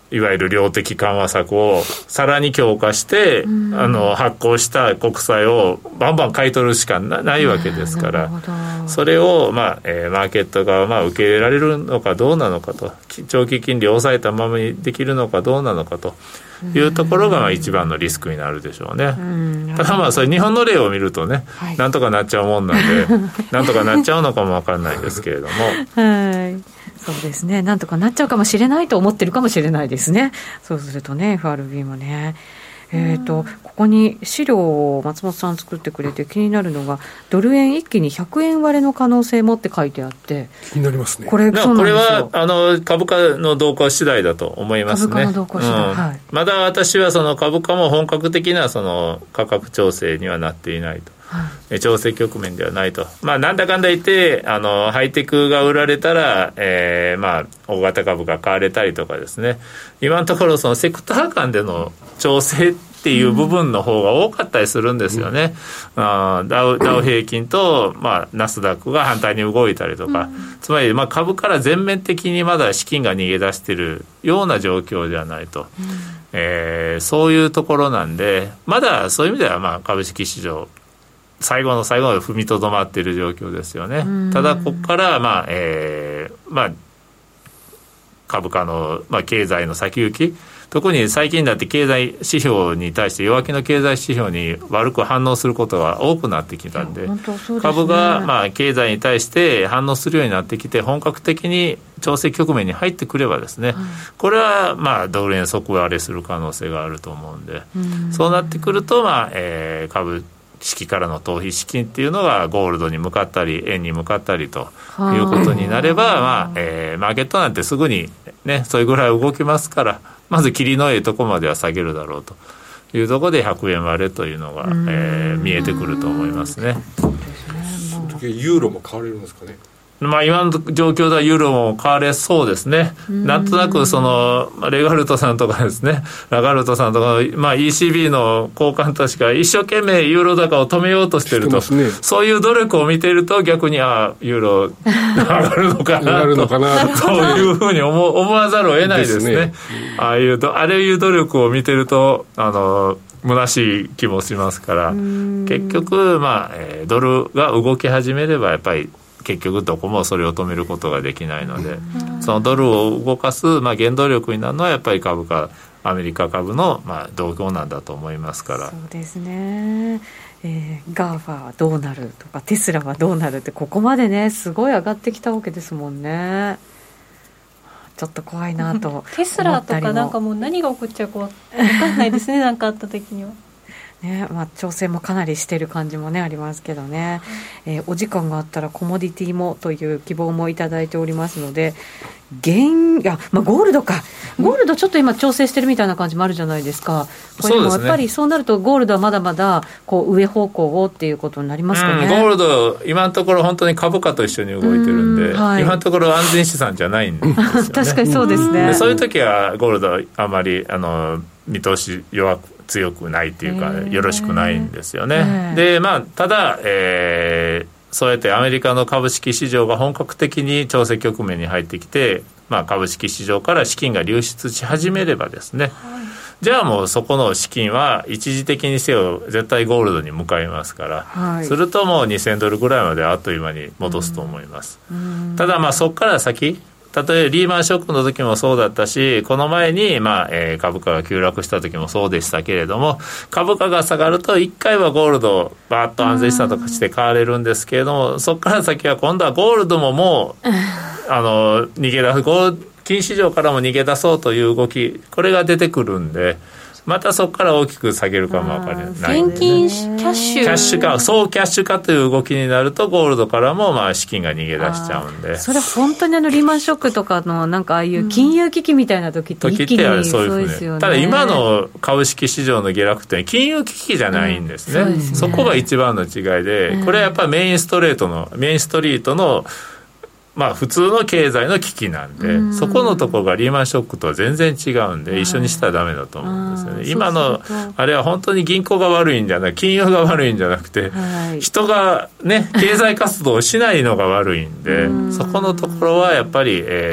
いわゆる量的緩和策をさらに強化して、うん、あの発行した国債をバンバン買い取るしか な, ないわけですからそれを、まあえー、マーケットがまあ受け入れられるのかどうなのかと長期金利を抑えたままにできるのかどうなのかというところがまあ一番のリスクになるでしょうね。うんただまあそれ日本の例を見るとね、はい、なんとかなっちゃうもんなんでなんとかなっちゃうのかも分かんないですけれどもはいそうですねなんとかなっちゃうかもしれないと思ってるかもしれないですね。そうするとね エフアールビー もねえー、とここに資料を松本さん作ってくれて気になるのがドル円一気にひゃくえん割れの可能性もって書いてあって気になりますね。 これ、そうなんですよ。 これはあの株価の動向次第だと思いますね。 株価の動向次第、 うんはい、まだ私はその株価も本格的なその価格調整にはなっていないと、はい、調整局面ではないと、まあ、なんだかんだ言ってあのハイテクが売られたら、えーまあ、大型株が買われたりとかですね今のところそのセクター間での調整っていう部分の方が多かったりするんですよね、うん、あダウ、ダウ平均と、まあ、ナスダックが反対に動いたりとか、うん、つまり、まあ、株から全面的にまだ資金が逃げ出しているような状況ではないと、うんえー、そういうところなんでまだそういう意味ではまあ株式市場最後の最後まで踏みとどまっている状況ですよね。ただここからまあ、えーまあ、株価の、まあ、経済の先行き特に最近だって経済指標に対して弱気の経済指標に悪く反応することが多くなってきたん で, で、ね、株がまあ経済に対して反応するようになってきて本格的に調整局面に入ってくればですね、はい、これはまあドル円底割れする可能性があると思うんで、うんそうなってくると、まあえー、株式からの逃避資金っていうのがゴールドに向かったり円に向かったりということになれば、まあえー、マーケットなんてすぐに、ね、それぐらい動きますからまず霧のいいところまでは下げるだろうというところでひゃくえん割れというのが、えー、見えてくると思いますね。 そうですね。その時ユーロも買われるんですかね。 まあ、今の状況ではユーロも買われそうですね。なんとなくそのレガルトさんとかですねラガルトさんとか、まあ、イーシービー の高官たちが一生懸命ユーロ高を止めようとしているとして、ね、そういう努力を見ていると逆にあユーロ上がるのかなとそういうふうに 思, 思わざるを得ないですね。ですねああいうあれいう努力を見ているとあの虚しい気もしますから結局、まあえー、ドルが動き始めればやっぱり結局どこもそれを止めることができないのでそのドルを動かす、まあ、原動力になるのはやっぱり株価アメリカ株の、まあ、動向なんだと思いますから。 そうですね、えー、ガーファはどうなるとかテスラはどうなるってここまでねすごい上がってきたわけですもんね。ちょっと怖いなとテスラとかなんかもう何が起こっちゃうか分かんないですねなんかあった時にはねまあ、調整もかなりしてる感じもねありますけどね、えー、お時間があったらコモディティもという希望もいただいておりますので原いや、まあ、ゴールドかゴールドちょっと今調整してるみたいな感じもあるじゃないですか。これもやっぱりそうなるとゴールドはまだまだこう上方向をっていうことになりますかね、 うん、ゴールド今のところ本当に株価と一緒に動いてるんで、はい、今のところ安全資産じゃないんですよね確かにそうですね。 でそういう時はゴールドあまりあの見通し弱く強くないっていうかよろしくないんですよね。でまあただ、えー、そうやってアメリカの株式市場が本格的に調整局面に入ってきて、まあ、株式市場から資金が流出し始めればですね、はい、じゃあもうそこの資金は一時的にせよ絶対ゴールドに向かいますから、はい、するともうにせんドルぐらいまであっという間に戻すと思います。ただまあそこから先例えばリーマンショックの時もそうだったしこの前に、まあえー、株価が急落した時もそうでしたけれども株価が下がるといっかいはゴールドをバーッと安全資産とかして買われるんですけれどもそこから先は今度はゴールドももうあの逃げ出すゴール金市場からも逃げ出そうという動きこれが出てくるんでまたそこから大きく下げるかも分からない、 ね、現金キャッシュキャッシュ化総キャッシュ化という動きになるとゴールドからもまあ資金が逃げ出しちゃうんでそれ本当にあのリーマンショックとかのなんかああいう金融危機みたいな時って一気に、うん、 そういうふうにですよね。ただ今の株式市場の下落って金融危機じゃないんですね、うん、 そうですね。そこが一番の違いでこれはやっぱりメインストレートのメインストリートのまあ、普通の経済の危機なんで、うん、そこのところがリーマンショックとは全然違うんで、はい、一緒にしたらダメだと思うんですよね。今のあれは本当に銀行が悪いんじゃない金融が悪いんじゃなくて、はい、人がね経済活動をしないのが悪いんでそこのところはやっぱり、えー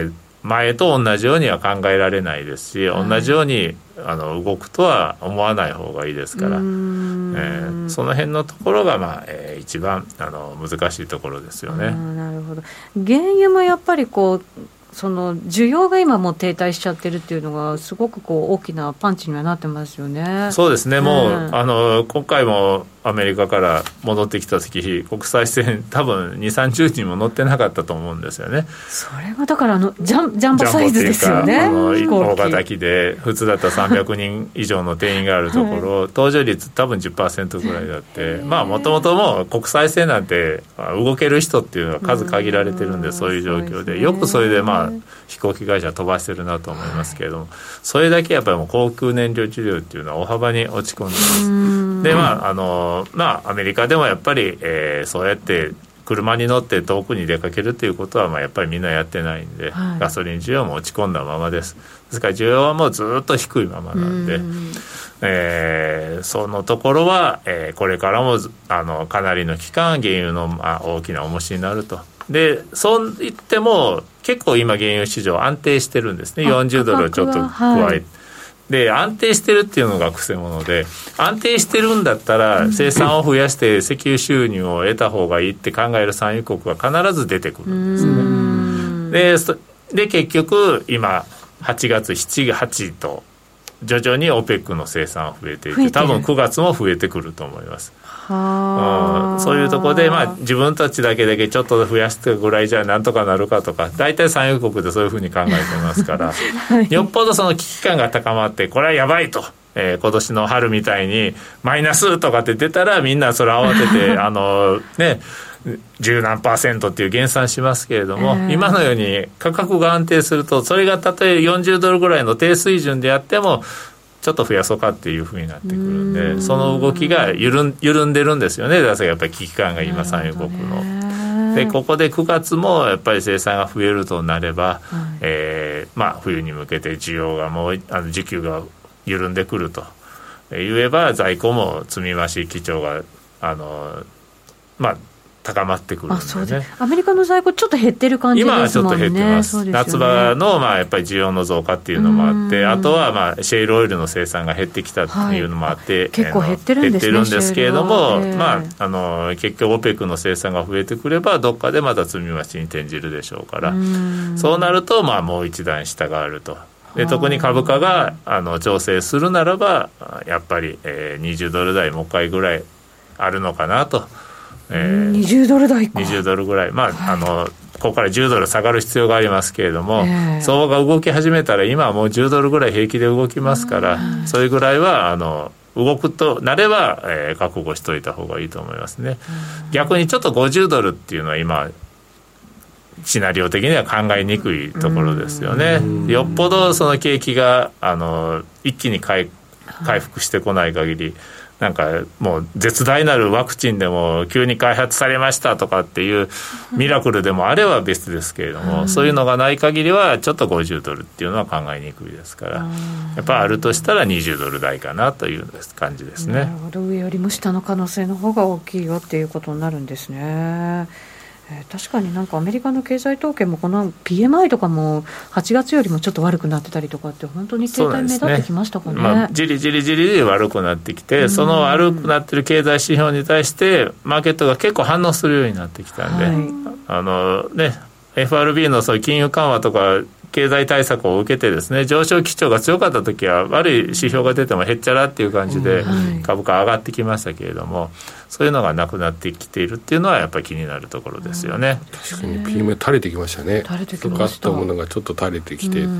前と同じようには考えられないですし、はい、同じようにあの動くとは思わない方がいいですから、えー、その辺のところが、まあえー、一番あの難しいところですよね。 なるほど。原油もやっぱりこうその需要が今もう停滞しちゃってるっていうのがすごくこう大きなパンチにはなってますよね。 そうですね、もう、うん、あの今回もアメリカから戻ってきた時国際線多分にじゅうさんじゅうにんも乗ってなかったと思うんですよね。 それはだからあのジャン、ジャンボサイズですよね。 あの大型機で普通だったらさんびゃくにん以上の定員があるところ、はい、搭乗率多分 じゅっパーセント ぐらいだってまあもともともう国際線なんて動ける人っていうのは数限られてるんで、そういう状況でよくそれでまあ飛行機会社飛ばしてるなと思いますけれども、はい、それだけやっぱりもう航空燃料需要っていうのは大幅に落ち込んでます。でまああのまあアメリカでもやっぱり、えー、そうやって車に乗って遠くに出かけるということはまあやっぱりみんなやってないんで、はい、ガソリン需要も落ち込んだままです。ですから需要はもうずっと低いままなんで、ん、えー、そのところは、えー、これからもあのかなりの期間原油の、まあ、大きな重しになると。でそう言っても結構今原油市場安定してるんですね。よんじゅうドルをちょっと加えて、はい、で安定してるっていうのがくせ者で、安定してるんだったら生産を増やして石油収入を得た方がいいって考える産油国は必ず出てくるんですね。で, で結局今はちがつしち、はちと徐々に オペック の生産が増えていて、多分くがつも増えてくると思います。は、うん、そういうところで、まあ、自分たちだけだけちょっと増やしてぐらいじゃなんとかなるかとか、大体産油国でそういうふうに考えてますから、はい、よっぽどその危機感が高まってこれはやばいと、えー、今年の春みたいにマイナスとかって出たらみんなそれ慌ててあのね十何パーセントっていう減産しますけれども、えー、今のように価格が安定するとそれがたとえよんじゅうドルぐらいの低水準であってもちょっと増やそうかっていうふうになってくるんで、んその動きが緩ん、緩んでるんですよね。だからやっぱり危機感が今産油国ので、ここでくがつもやっぱり生産が増えるとなれば、はい、えーまあ、冬に向けて需要がもうあの需給が緩んでくると言えば在庫も積み増し基調があのまあ高まってくるんでね。あ、そうでアメリカの在庫ちょっと減ってる感じですもんね。 今はちょっと減ってます。夏場のまあやっぱり需要の増加っていうのもあって、あとはまあシェールオイルの生産が減ってきたっていうのもあって、はい、 結構減ってるんですね。 減ってるんですけれども、まああの結局 オペック の生産が増えてくればどっかでまた積み増しに転じるでしょうから、うそうなるとまあもう一段下があると。で特に株価があの調整するならばやっぱり、えー、にじゅうドル台もう一回ぐらいあるのかなと。 えー、にじゅうドル台かにじゅうドルぐらい、まあ、はい、あのここからじゅうドル下がる必要がありますけれども、えー、相場が動き始めたら今はもうじゅうドルぐらい平気で動きますから、それぐらいはあの動くとなれば、えー、覚悟しといた方がいいと思いますね。逆にちょっとごじゅうドルっていうのは今シナリオ的には考えにくいところですよね。よっぽどその景気があの一気に回回復してこない限り、なんかもう絶大なるワクチンでも急に開発されましたとかっていうミラクルでもあれば別ですけれども、うん、そういうのがない限りはちょっとごじゅうドルっていうのは考えにくいですから、やっぱりあるとしたらにじゅうドル台かなという感じですね。 なるほど、上よりも下の可能性の方が大きいよっていうことになるんですね。えー、確かになんかアメリカの経済統計もこの ピーエムアイ とかもはちがつよりもちょっと悪くなってたりとかって本当に停滞目立ってきましたかね。まあ、 じりじりじりで悪くなってきて、その悪くなってる経済指標に対してマーケットが結構反応するようになってきたんで、はい、あのね エフアールビー のそういう金融緩和とか経済対策を受けてですね、上昇基調が強かった時は悪い指標が出てもへっちゃらっていう感じで株価上がってきましたけれども、そういうのがなくなってきているっていうのはやっぱり気になるところですよね。 確かに ピーエム 垂れてきましたね。 垂れてきました。 とかあったものがちょっと垂れてきてっていう。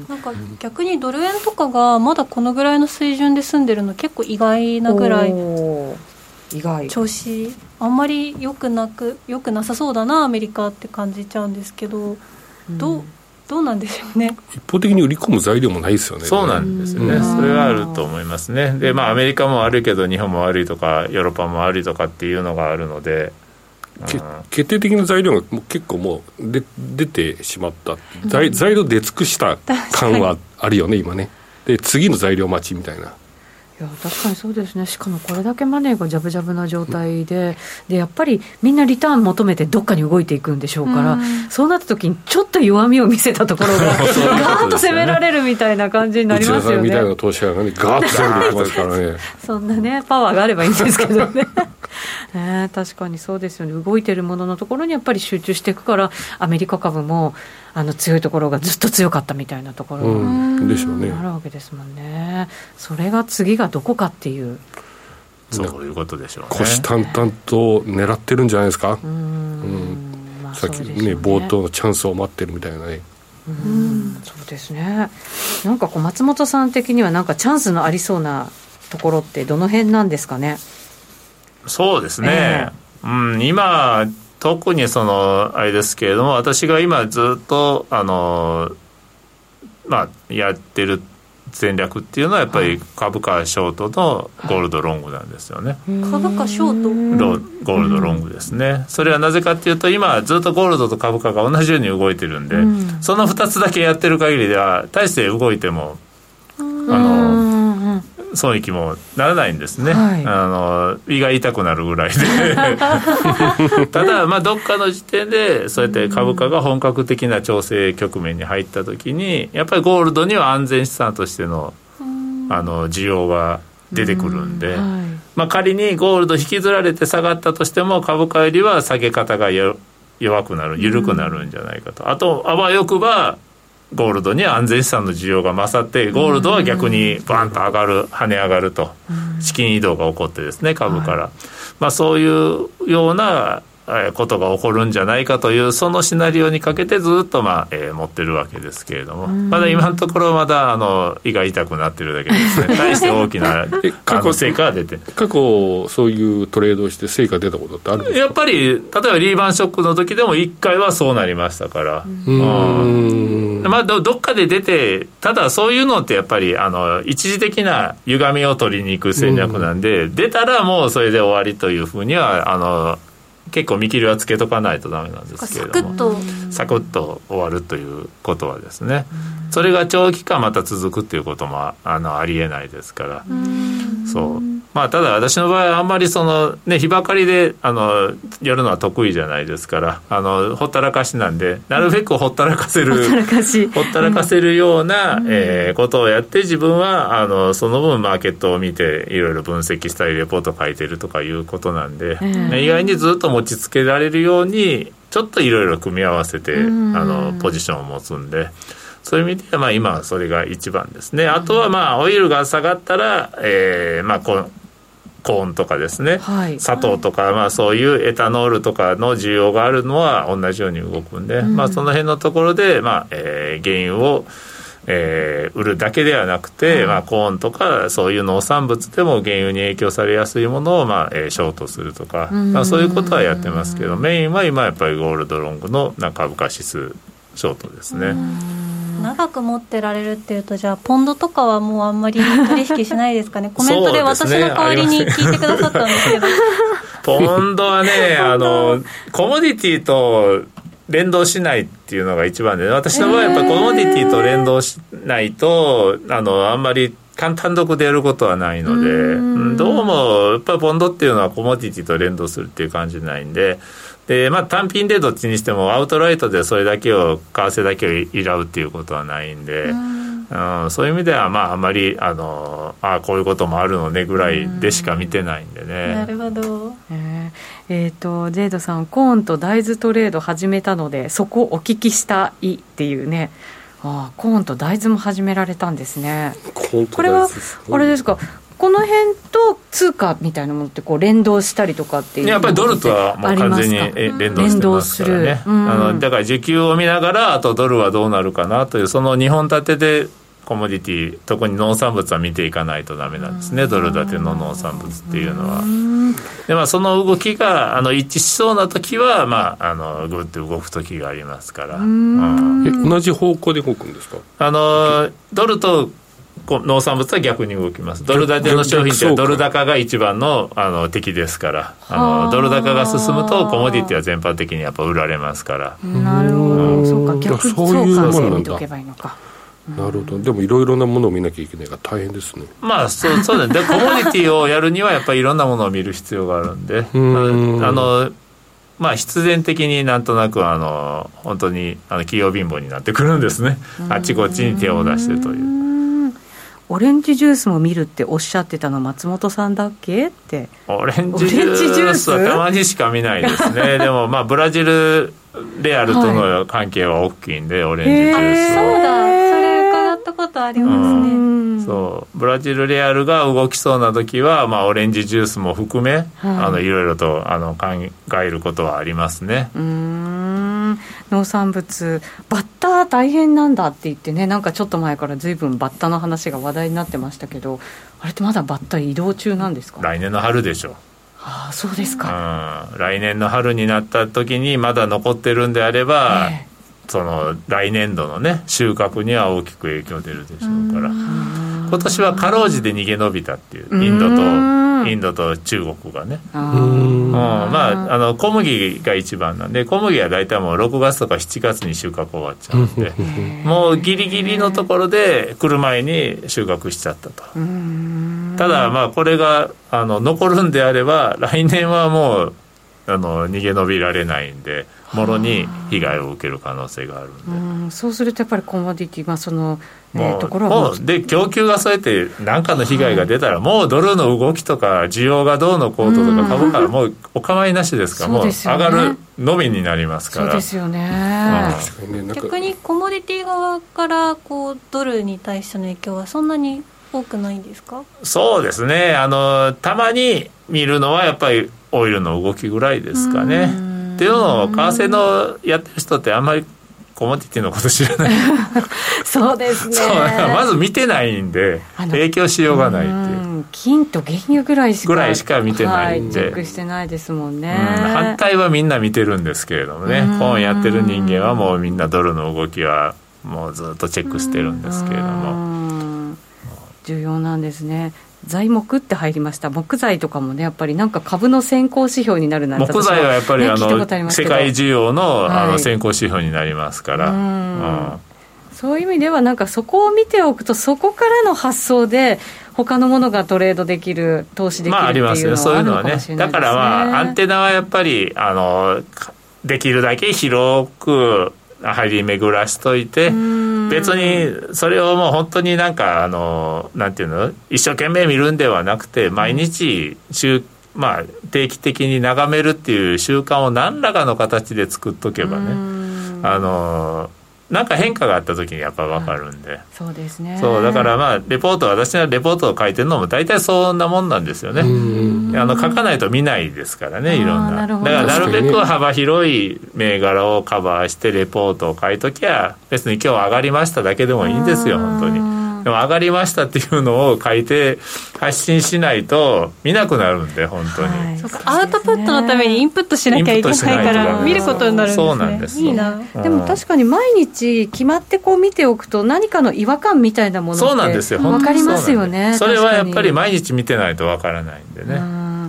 なんか逆にドル円とかがまだこのぐらいの水準で済んでるの結構意外なぐらい意外調子あんまり良くなく良くなさそうだなアメリカって感じちゃうんですけど、どうどうなんでしょうね。 一方的に売り込む材料もないですよね。 そうなんですよね、うん、それはあると思いますね。で、まあ、アメリカも悪いけど日本も悪いとかヨーロッパも悪いとかっていうのがあるので、 決定的な材料がもう結構もうで出てしまった、うん、材, 材料出尽くした感はあるよね今ね。で次の材料待ちみたいな。 いいや確かにそうですね。しかもこれだけマネーがジャブジャブな状態で、でやっぱりみんなリターン求めてどっかに動いていくんでしょうから、うん、そうなった時にちょっと弱みを見せたところがガーッと攻められるみたいな感じになりますよね。 内田さんみたいな投資家がねガーッと攻めてきますからねそんなねパワーがあればいいんですけどねね、確かにそうですよね。動いてるもののところにやっぱり集中していくから、アメリカ株もあの強いところがずっと強かったみたいなところが、うん、でしょうね、あるわけですもんね。それが次がどこかっていう、 そういうことでしょうね。 虎視眈々と狙ってるんじゃないですか。うん、うんまあ、さっきね冒頭のチャンスを待ってるみたいなね。 うん、そうですね。なんかこう松本さん的にはなんかチャンスのありそうなところってどの辺なんですかね。 そうですね、えーうん、今特にそのあれですけれども、私が今ずっとあの、まあ、やってる戦略っていうのはやっぱり株価ショートのゴールドロングなんですよね、 はい、株価ショートロゴールドロングですね。それはなぜかっていうと、今ずっとゴールドと株価が同じように動いてるんで、うん、そのふたつだけやってる限りでは大して動いてもあの損益もならないんですね、はい、あの胃が痛くなるぐらいでただ、まあ、どっかの時点でそうやって株価が本格的な調整局面に入った時に、やっぱりゴールドには安全資産としての、あの需要が出てくるんで、はいまあ、仮にゴールド引きずられて下がったとしても、株価よりは下げ方が弱くなる、緩くなるんじゃないかと。あとあわよくばゴールドには安全資産の需要が勝って、ゴールドは逆にバンと上がる、跳ね上がると、資金移動が起こってですね、株から、はいまあ、そういうようなことが起こるんじゃないかという、そのシナリオにかけてずっと、まあえー、持ってるわけですけれども、まだ今のところまだあの胃が痛くなってるだけですね。大して大きな過去成果が出て、 過去そういうトレードをして成果出たことってあるんですか。 やっぱり例えばリーマンショックの時でもいっかいはそうなりましたから、うんうんまあ、ど, どっかで出て、ただそういうのってやっぱりあの一時的な歪みを取りに行く戦略なんで、うん、出たらもうそれで終わりというふうにはあの結構見切りはつけとかないとダメなんですけれども、サクッとサクッと終わるということはですね、それが長期間また続くっていうことも あ, のありえないですから、そうまあ、ただ私の場合はあんまりその、ね、日ばかりであのやるのは得意じゃないですから、あのほったらかしなんで、なるべくほったらかせる、 ほったらかしほったらかせるような、うんえー、ことをやって、自分はあのその分マーケットを見ていろいろ分析したりレポート書いてるとかいうことなんで、うん、意外にずっと持ちつけられるようにちょっといろいろ組み合わせて、うん、あのポジションを持つんで、そういう意味ではまあ今はそれが一番ですね。あとはまあオイルが下がったら、えー、まあこコーンとかですね、はい、砂糖とか、まあ、そういうエタノールとかの需要があるのは同じように動くんで、うんまあ、その辺のところで、まあえー、原油を、えー、売るだけではなくて、うんまあ、コーンとかそういう農産物でも原油に影響されやすいものを、まあえー、ショートするとか、うんまあ、そういうことはやってますけど、メインは今やっぱりゴールドロングの株価指数ショートですね。 長く持ってられるっていうと、じゃあポンドとかはもうあんまり取引しないですかね。コメントで私の代わりに聞いてくださったんですけど、 ポンドはねあのコモディティと連動しないっていうのが一番で、私の場合はやっぱりコモディティと連動しないと、えー、あのあんまり単独でやることはないので、うどうもやっぱりポンドっていうのはコモディティと連動するっていう感じないんで、でまあ、単品でどっちにしてもアウトライトでそれだけを為替だけをいらうっていうことはないんで、うんうん、そういう意味では、まあ、あまりあのあこういうこともあるのねぐらいでしか見てないんでね。 なるほど。 えーえー、とジェイドさん、コーンと大豆トレード始めたのでそこお聞きしたいっていうね。あコーンと大豆も始められたんですね。これはあれですか、この辺と通貨みたいなものってこう連動したりとかっていう、 やっぱりドルとはもう完全に連動してますからね、うん、あのだから需給を見ながらあとドルはどうなるかなという、そのにほん立てでコモディティ、特に農産物は見ていかないとダメなんですね、ドル建ての農産物っていうのは。で、まあ、その動きがあの一致しそうな時は、まあ、あのグッと動く時がありますから。うん、 え同じ方向で動くんですか。 あのドルと農産物は逆に動きます。ドル建ての商品ってドル高が一番 の, あの敵ですから、あのドル高が進むとコモディティは全般的にやっぱ売られますから。 なるほど、うん、そうか、逆そういうものなんだ。見ておけばいいのか。 なるほど。でもいろいろなものを見なきゃいけないから大変ですね。 まあそうそうだね。でコモディティをやるにはやっぱりいろんなものを見る必要があるんで、うんあのまあ必然的になんとなくあの本当にあの企業貧乏になってくるんですね。あっちこっちに手を出してという。 オレンジジュースも見るっておっしゃってたの松本さんだっけって。 オレンジジュースはたまにしか見ないですね。でもまあブラジルレアルとの関係は大きいんで、はい、オレンジジュースは。 そうだ、それ伺ったことありますね。うんそうブラジルレアルが動きそうな時は、まあ、オレンジジュースも含め、はい、あのいろいろとあの考えることはありますね。 うーん農産物バッタ大変なんだって言ってね、なんかちょっと前から随分バッタの話が話題になってましたけど、あれってまだバッタ移動中なんですか？ 来年の春でしょう。 ああそうですか、 うん、来年の春になった時にまだ残ってるんであれば、えー、その来年度のね収穫には大きく影響出るでしょうから、今年はかろうじて逃げ延びたっていうインドとインドと中国がね、あ、うんまあ、あの小麦が一番なんで、小麦は大体もうろくがつとかしちがつに収穫終わっちゃうんでもうギリギリのところで来る前に収穫しちゃったと。ただまあこれがあの残るんであれば来年はもうあの逃げ延びられないんで、もろに被害を受ける可能性があるんで、 うん、そうするとやっぱりコモディティ、まあそのもう、 えー、ところはもうで供給がそうやって何かの被害が出たら、はい、もうドルの動きとか需要がどうのこうととか株価はもうお構いなしですから、もう上がるのみになりますから。 そうですよね、 うん、逆にコモディティ側からこうドルに対しての影響はそんなに多くないんですか？ そうですね、あのたまに見るのはやっぱりオイルの動きぐらいですかね。っていうのを為替のやってる人ってあんまりコモディティのこと知らないそうですね、 そうまず見てないんで影響しようがないっていう、 金と原油ぐらいしかぐらいしか見てないんで、 はい、チェックしてないですもんね、 うん、反対はみんな見てるんですけれどもね、本やってる人間はもうみんなドルの動きはもうずっとチェックしてるんですけれども、 重要なんですね。材木って入りました。木材とかもねやっぱりなんか株の先行指標になるなんて、 木材はやっぱり、ね、あの世界需要 の,、 はい、 あの先行指標になりますから、うん、 そういう意味ではなんかそこを見ておくと、そこからの発想で他のものがトレードできる、投資できるっていうのはあるのかもしれないですね。まあありますね、そういうのはね。だからまあアンテナはやっぱりあのできるだけ広く張り巡らしといて、別にそれをもう本当になんかあのなんていうの一生懸命見るんではなくて、毎日週、まあ、定期的に眺めるっていう習慣を何らかの形で作っとけばね、あのなんか変化があった時にやっぱ分かるんで、 そうですね。 そうだからまあレポート、私のレポートを書いてるのも大体そんなもんなんですよね。あの書かないと見ないですからね、いろんな。だからなるべく幅広い銘柄をカバーしてレポートを書いときゃ、別に今日上がりましただけでもいいんですよ本当に。でも上がりましたっていうのを書いて発信しないと見なくなるんで本当に、はい、 そうか、アウトプットのためにインプットしなきゃいけないから見ることになるんですね。 そうなんです。 いいな。 でも確かに毎日決まってこう見ておくと何かの違和感みたいなものってそうなんですよ、 分かりますよね。 それはやっぱり毎日見てないと分からないんでね。うん、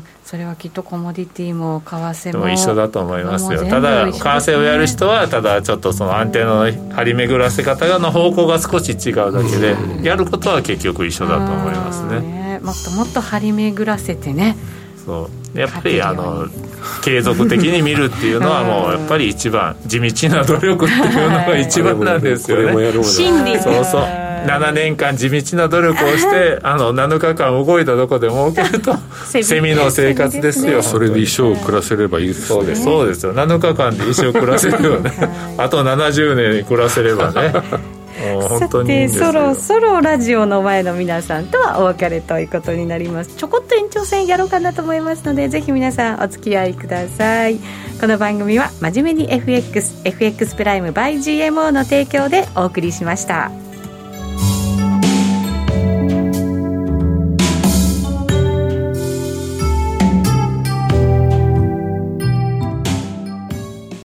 それはきっとコモディティも為替も一緒だと思いますよ。ただ為替をやる人はただちょっとそのアンテナの張り巡らせ方の方向が少し違うだけで、やることは結局一緒だと思いますね。 ね、もっともっと張り巡らせてね。 そうやっぱりあの継続的に見るっていうのはもうやっぱり一番地道な努力っていうのが一番なんですよね。 真理。 そうそう。ななねんかん地道な努力をしてあのなのかかん動いたとこで儲けるとセミの生活ですよ。 それで一生暮らせればいいですね。 そうです、そうですよ。なのかかんで一生暮らせるよねあとななじゅうねん暮らせればね本当にいいんですよ。 さてそろそろラジオの前の皆さんとはお別れということになります。ちょこっと延長戦やろうかなと思いますので、ぜひ皆さんお付き合いください。この番組は真面目に エフエックス エフエックス プライム by ジーエムオー の提供でお送りしました。